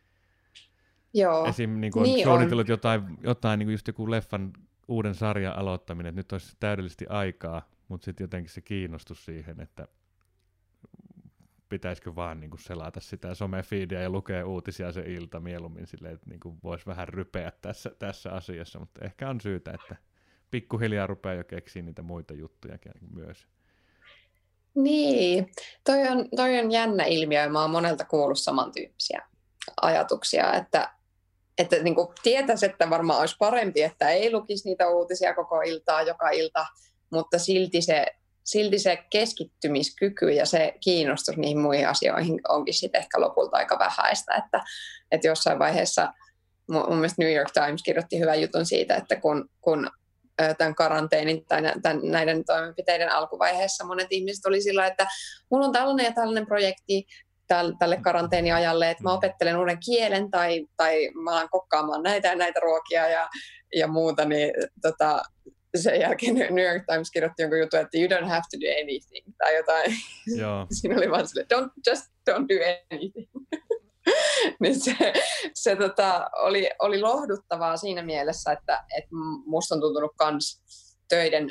Joo, esim. Niin kuin on niin suunnitellut on. jotain, jotain niin kuin just joku leffan uuden sarjan aloittaminen, että nyt olisi täydellisesti aikaa, mutta sitten jotenkin se kiinnostus siihen, että pitäisikö vaan niin kuin selata sitä somefiidiä ja lukea uutisia se ilta mieluummin silleen, että niin kuin voisi vähän rypeä tässä, tässä asiassa, mutta ehkä on syytä, että pikkuhiljaa rupeaa jo keksiä niitä muita juttuja myös. Niin, toi on, toi on jännä ilmiö ja mä oon monelta kuullut samantyyppisiä ajatuksia, että, että niin kuin tietäisi, että varmaan olisi parempi, että ei lukisi niitä uutisia koko iltaa, joka ilta, mutta silti se, silti se keskittymiskyky ja se kiinnostus niihin muihin asioihin onkin sitten ehkä lopulta aika vähäistä, että, että jossain vaiheessa mun mielestä New York Times kirjoitti hyvän jutun siitä, että kun, kun tämän karanteenin tai tämän, näiden toimenpiteiden alkuvaiheessa monet ihmiset oli sillä, että mulla on tällainen ja tällainen projekti tälle karanteeniajalle, että mä opettelen uuden kielen tai, tai mä alan kokkaamaan näitä ja näitä ruokia ja, ja muuta, niin tota, sen jälkeen New York Times kirjoitti jonkun jutun, että you don't have to do anything tai jotain. Joo. Siinä oli vaan silleen, don't, just don't do anything. niin se, se tota, oli, oli lohduttavaa siinä mielessä, että, että musta on tuntunut kans töiden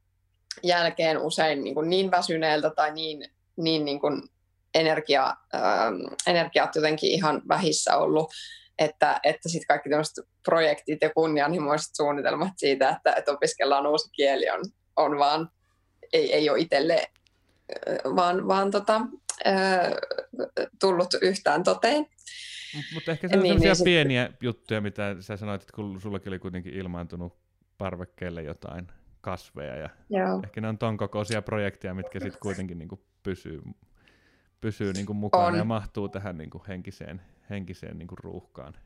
jälkeen usein niin, kuin niin väsyneeltä tai niin, niin, niin kuin energia, ähm, energiat jotenkin ihan vähissä ollut, että, että sitten kaikki tämmöiset projektit ja kunnianhimoiset suunnitelmat siitä, että, että opiskellaan uusi kieli on, on vaan, ei, ei ole itselle vaan, vaan tota, äh, tullut yhtään toteen. Mutta ehkä se on niin, sellaisia niin, pieniä sit juttuja, mitä sä sanoit, että kun sullakin oli kuitenkin ilmaantunut parvekkeelle jotain kasveja, ja joo, ehkä ne on ton kokoisia projekteja, mitkä sitten kuitenkin niinku pysyy, pysyy niinku mukana on ja mahtuu tähän niinku henkiseen, henkiseen niinku ruuhkaan.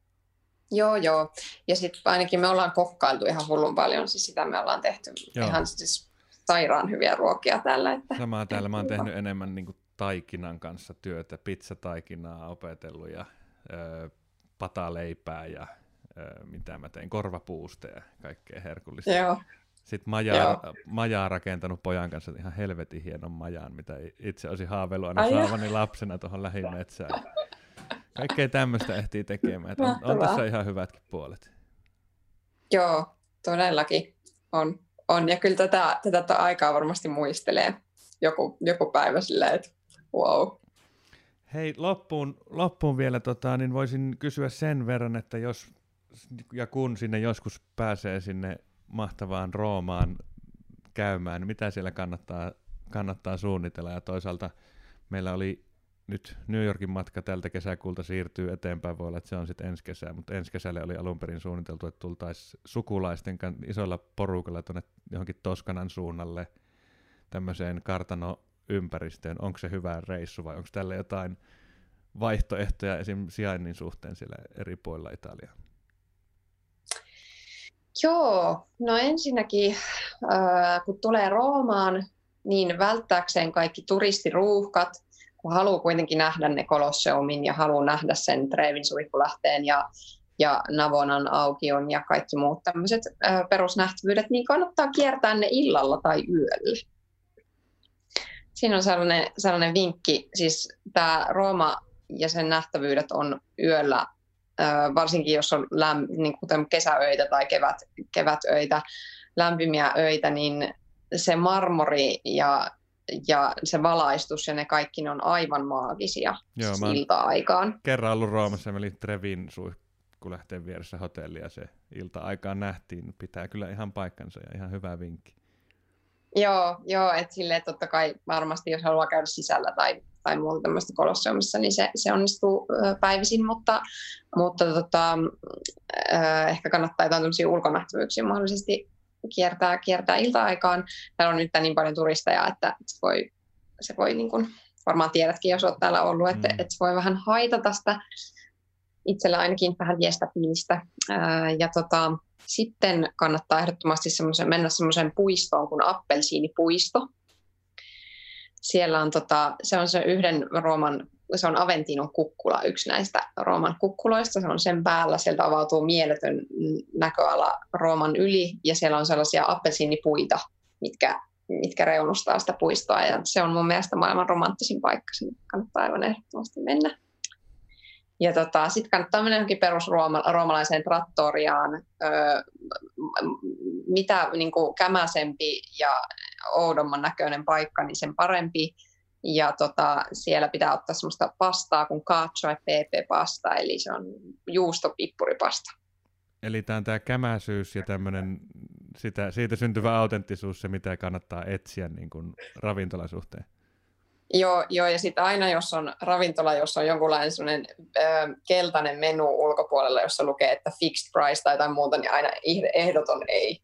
Joo, joo. Ja sitten ainakin me ollaan kokkailtu ihan hullun paljon, siis sitä me ollaan tehty joo, ihan siis sairaan hyviä ruokia tällä. Että samaa täällä mä oon tehnyt enemmän niinku taikinan kanssa työtä, pizzataikinaa opetellut ja ö, pataleipää ja ö, mitä mä tein, korvapuusta ja kaikkea herkullista. Joo. Sitten majaa, majaa rakentanut pojan kanssa ihan helvetin hienon majaan, mitä itse olisin haaveillut aina saavani lapsena tuohon lähimetsään. Kaikkea tämmöistä ehtii tekemään. On, on tässä ihan hyvätkin puolet. Joo, todellakin on. on. Ja kyllä tätä, tätä aikaa varmasti muistelee joku, joku päivä silleen, että wow. Hei, loppuun, loppuun vielä tota, niin voisin kysyä sen verran, että jos ja kun sinne joskus pääsee sinne mahtavaan Roomaan käymään, niin mitä siellä kannattaa, kannattaa suunnitella? Ja toisaalta meillä oli nyt New Yorkin matka tältä kesäkuulta siirtyy eteenpäin, voi olla, että se on sitten ensi kesää, mutta ensi kesälle oli alun perin suunniteltu, että tultaisiin sukulaisten kanssa isolla porukalla tuonne johonkin Toskanan suunnalle tämmöiseen kartanoympäristöön. Onko se hyvä reissu vai onko tälle jotain vaihtoehtoja esim. Sijainnin suhteen siellä eri puolilla Italiaa? Joo, no ensinnäkin äh, kun tulee Roomaan, niin välttääkseen kaikki turistiruuhkat, kun haluaa kuitenkin nähdä ne Kolosseumin ja haluaa nähdä sen Treevin suihkulähteen ja, ja Navonan aukion ja kaikki muut tämmöiset äh, perusnähtävyydet, niin kannattaa kiertää ne illalla tai yöllä. Siinä on sellainen, sellainen vinkki, siis tämä Rooma ja sen nähtävyydet on yöllä, äh, varsinkin jos on läm, niin kuten kesäöitä tai kevät, kevätöitä, lämpimiä öitä, niin se marmori ja Ja se valaistus ja ne kaikki ne on aivan maagisia. Joo, siis ilta-aikaan. Kerran ollut Roomassa ja mä olin Trevin suihkulähteen vieressä hotelli ja se ilta-aikaan nähtiin. Pitää kyllä ihan paikkansa ja ihan hyvä vinkki. Joo, joo että silleen totta kai varmasti jos haluaa käydä sisällä tai, tai muuta tämmöistä Kolosseumissa, niin se, se onnistuu päivisin, mutta, mutta tota, äh, ehkä kannattaa jotain tämmöisiä ulkonähtävyyksiä mahdollisesti kiertää, kiertää ilta-aikaan. Täällä on nyt niin paljon turisteja, että se voi, se voi niin kuin, varmaan tiedätkin, jos olet täällä ollut, että, mm. että se voi vähän haitata sitä itsellä ainakin vähän viestapiinistä. Ää, ja tota, sitten kannattaa ehdottomasti mennä semmoiseen puistoon kuin Appelsiinipuisto. Siellä on, tota, se on se yhden Rooman, se on Aventinon kukkula, yksi näistä Rooman kukkuloista. Se on sen päällä, sieltä avautuu mieletön näköala Rooman yli ja siellä on sellaisia appelsiinipuita, mitkä, mitkä reunustaa sitä puistoa. Ja se on mun mielestä maailman romanttisin paikka, sinne kannattaa aivan ehdottomasti mennä. Ja tota, sitten kannattaa mennä johonkin perusroomalaiseen trattoriaan. Öö, mitä niin kuin kämäsempi ja oudomman näköinen paikka, niin sen parempi. Ja tota, siellä pitää ottaa semmoista pastaa kuin cacio e pepe pasta, eli se on juustopippuripasta. Eli tämä on tämä kämäisyys ja tämmöinen, sitä, siitä syntyvä autenttisuus, se mitä kannattaa etsiä niin kuin ravintolasuhteen. Joo, joo, ja sitten aina jos on ravintola, jossa on jonkunlainen sellainen ö, keltainen menu ulkopuolella, jossa lukee, että fixed price tai jotain muuta, niin aina ehdoton ei.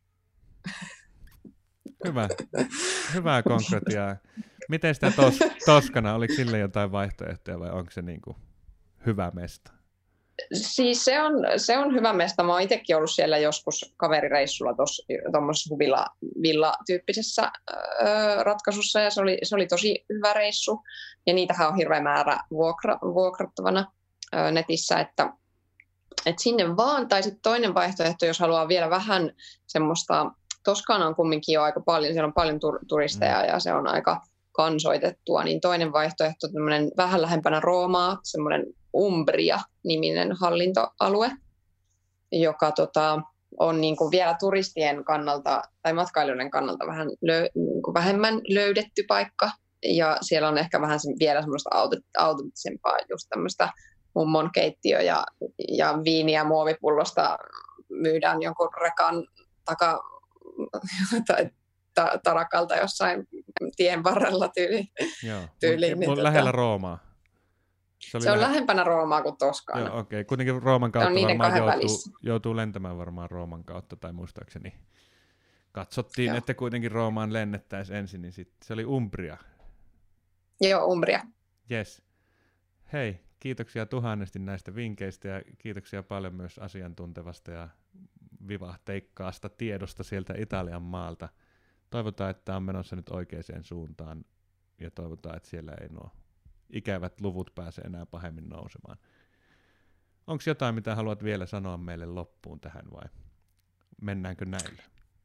Hyvä. Hyvää konkretiaa. Miten sitä tos, Toskana, oliko sille jotain vaihtoehtoja vai onko se niin kuin hyvä mesta? Siis se on, se on hyvä mesta. Mä oon itsekin ollut siellä joskus kaverireissulla tuommoisessa villa, villa-tyyppisessä öö, ratkaisussa, ja se oli, se oli tosi hyvä reissu. Ja niitähän on hirveä määrä vuokra, vuokrattavana öö, netissä, että, että sinne vaan. Tai sitten toinen vaihtoehto, jos haluaa vielä vähän semmoista, Toskana on kumminkin jo aika paljon, siellä on paljon tur- turisteja ja se on aika kansoitettua, niin toinen vaihtoehto on tämmöinen vähän lähempänä Roomaa, semmoinen Umbria-niminen hallintoalue, joka tota, on niin kuin vielä turistien kannalta tai matkailijoiden kannalta vähän lö, niin kuin vähemmän löydetty paikka. Ja siellä on ehkä vähän se, vielä semmoista autenttisempaa, just tämmöistä mummon keittiö ja, ja viiniä muovipullosta myydään jonkun rekan taka, tai ta, tarakalta jossain tien varrella tyyliin. Joo, tyyliin, niin, niin, lähellä tota, Roomaa. Se, se on lähe... lähempänä Roomaa kuin Toskana. Joo, okei. Okay. Kuitenkin Rooman kautta varmaan joutuu, joutuu lentämään varmaan Rooman kautta, tai muistaakseni katsottiin, Joo. että kuitenkin Roomaan lennettäisiin ensin, niin sit se oli Umbria. Joo, Umbria. Yes. Hei, kiitoksia tuhannesti näistä vinkkeistä ja kiitoksia paljon myös asiantuntevasta ja vivahteikkaasta tiedosta sieltä Italian maalta. Toivotaan, että on menossa nyt oikeaan suuntaan ja toivotaan, että siellä ei nuo ikävät luvut pääse enää pahemmin nousemaan. Onko jotain, mitä haluat vielä sanoa meille loppuun tähän vai mennäänkö näillä?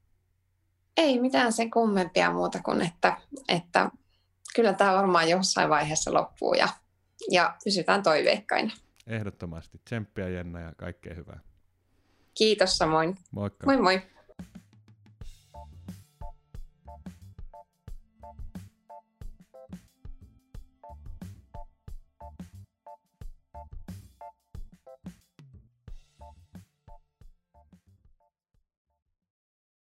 Ei mitään sen kummempia muuta kuin, että, että kyllä tämä varmaan jossain vaiheessa loppuu ja, ja pysytään toiveikkaina. Ehdottomasti. Tsemppiä Jenna ja kaikkea hyvää. Kiitos samoin. Moikka. Moi moi.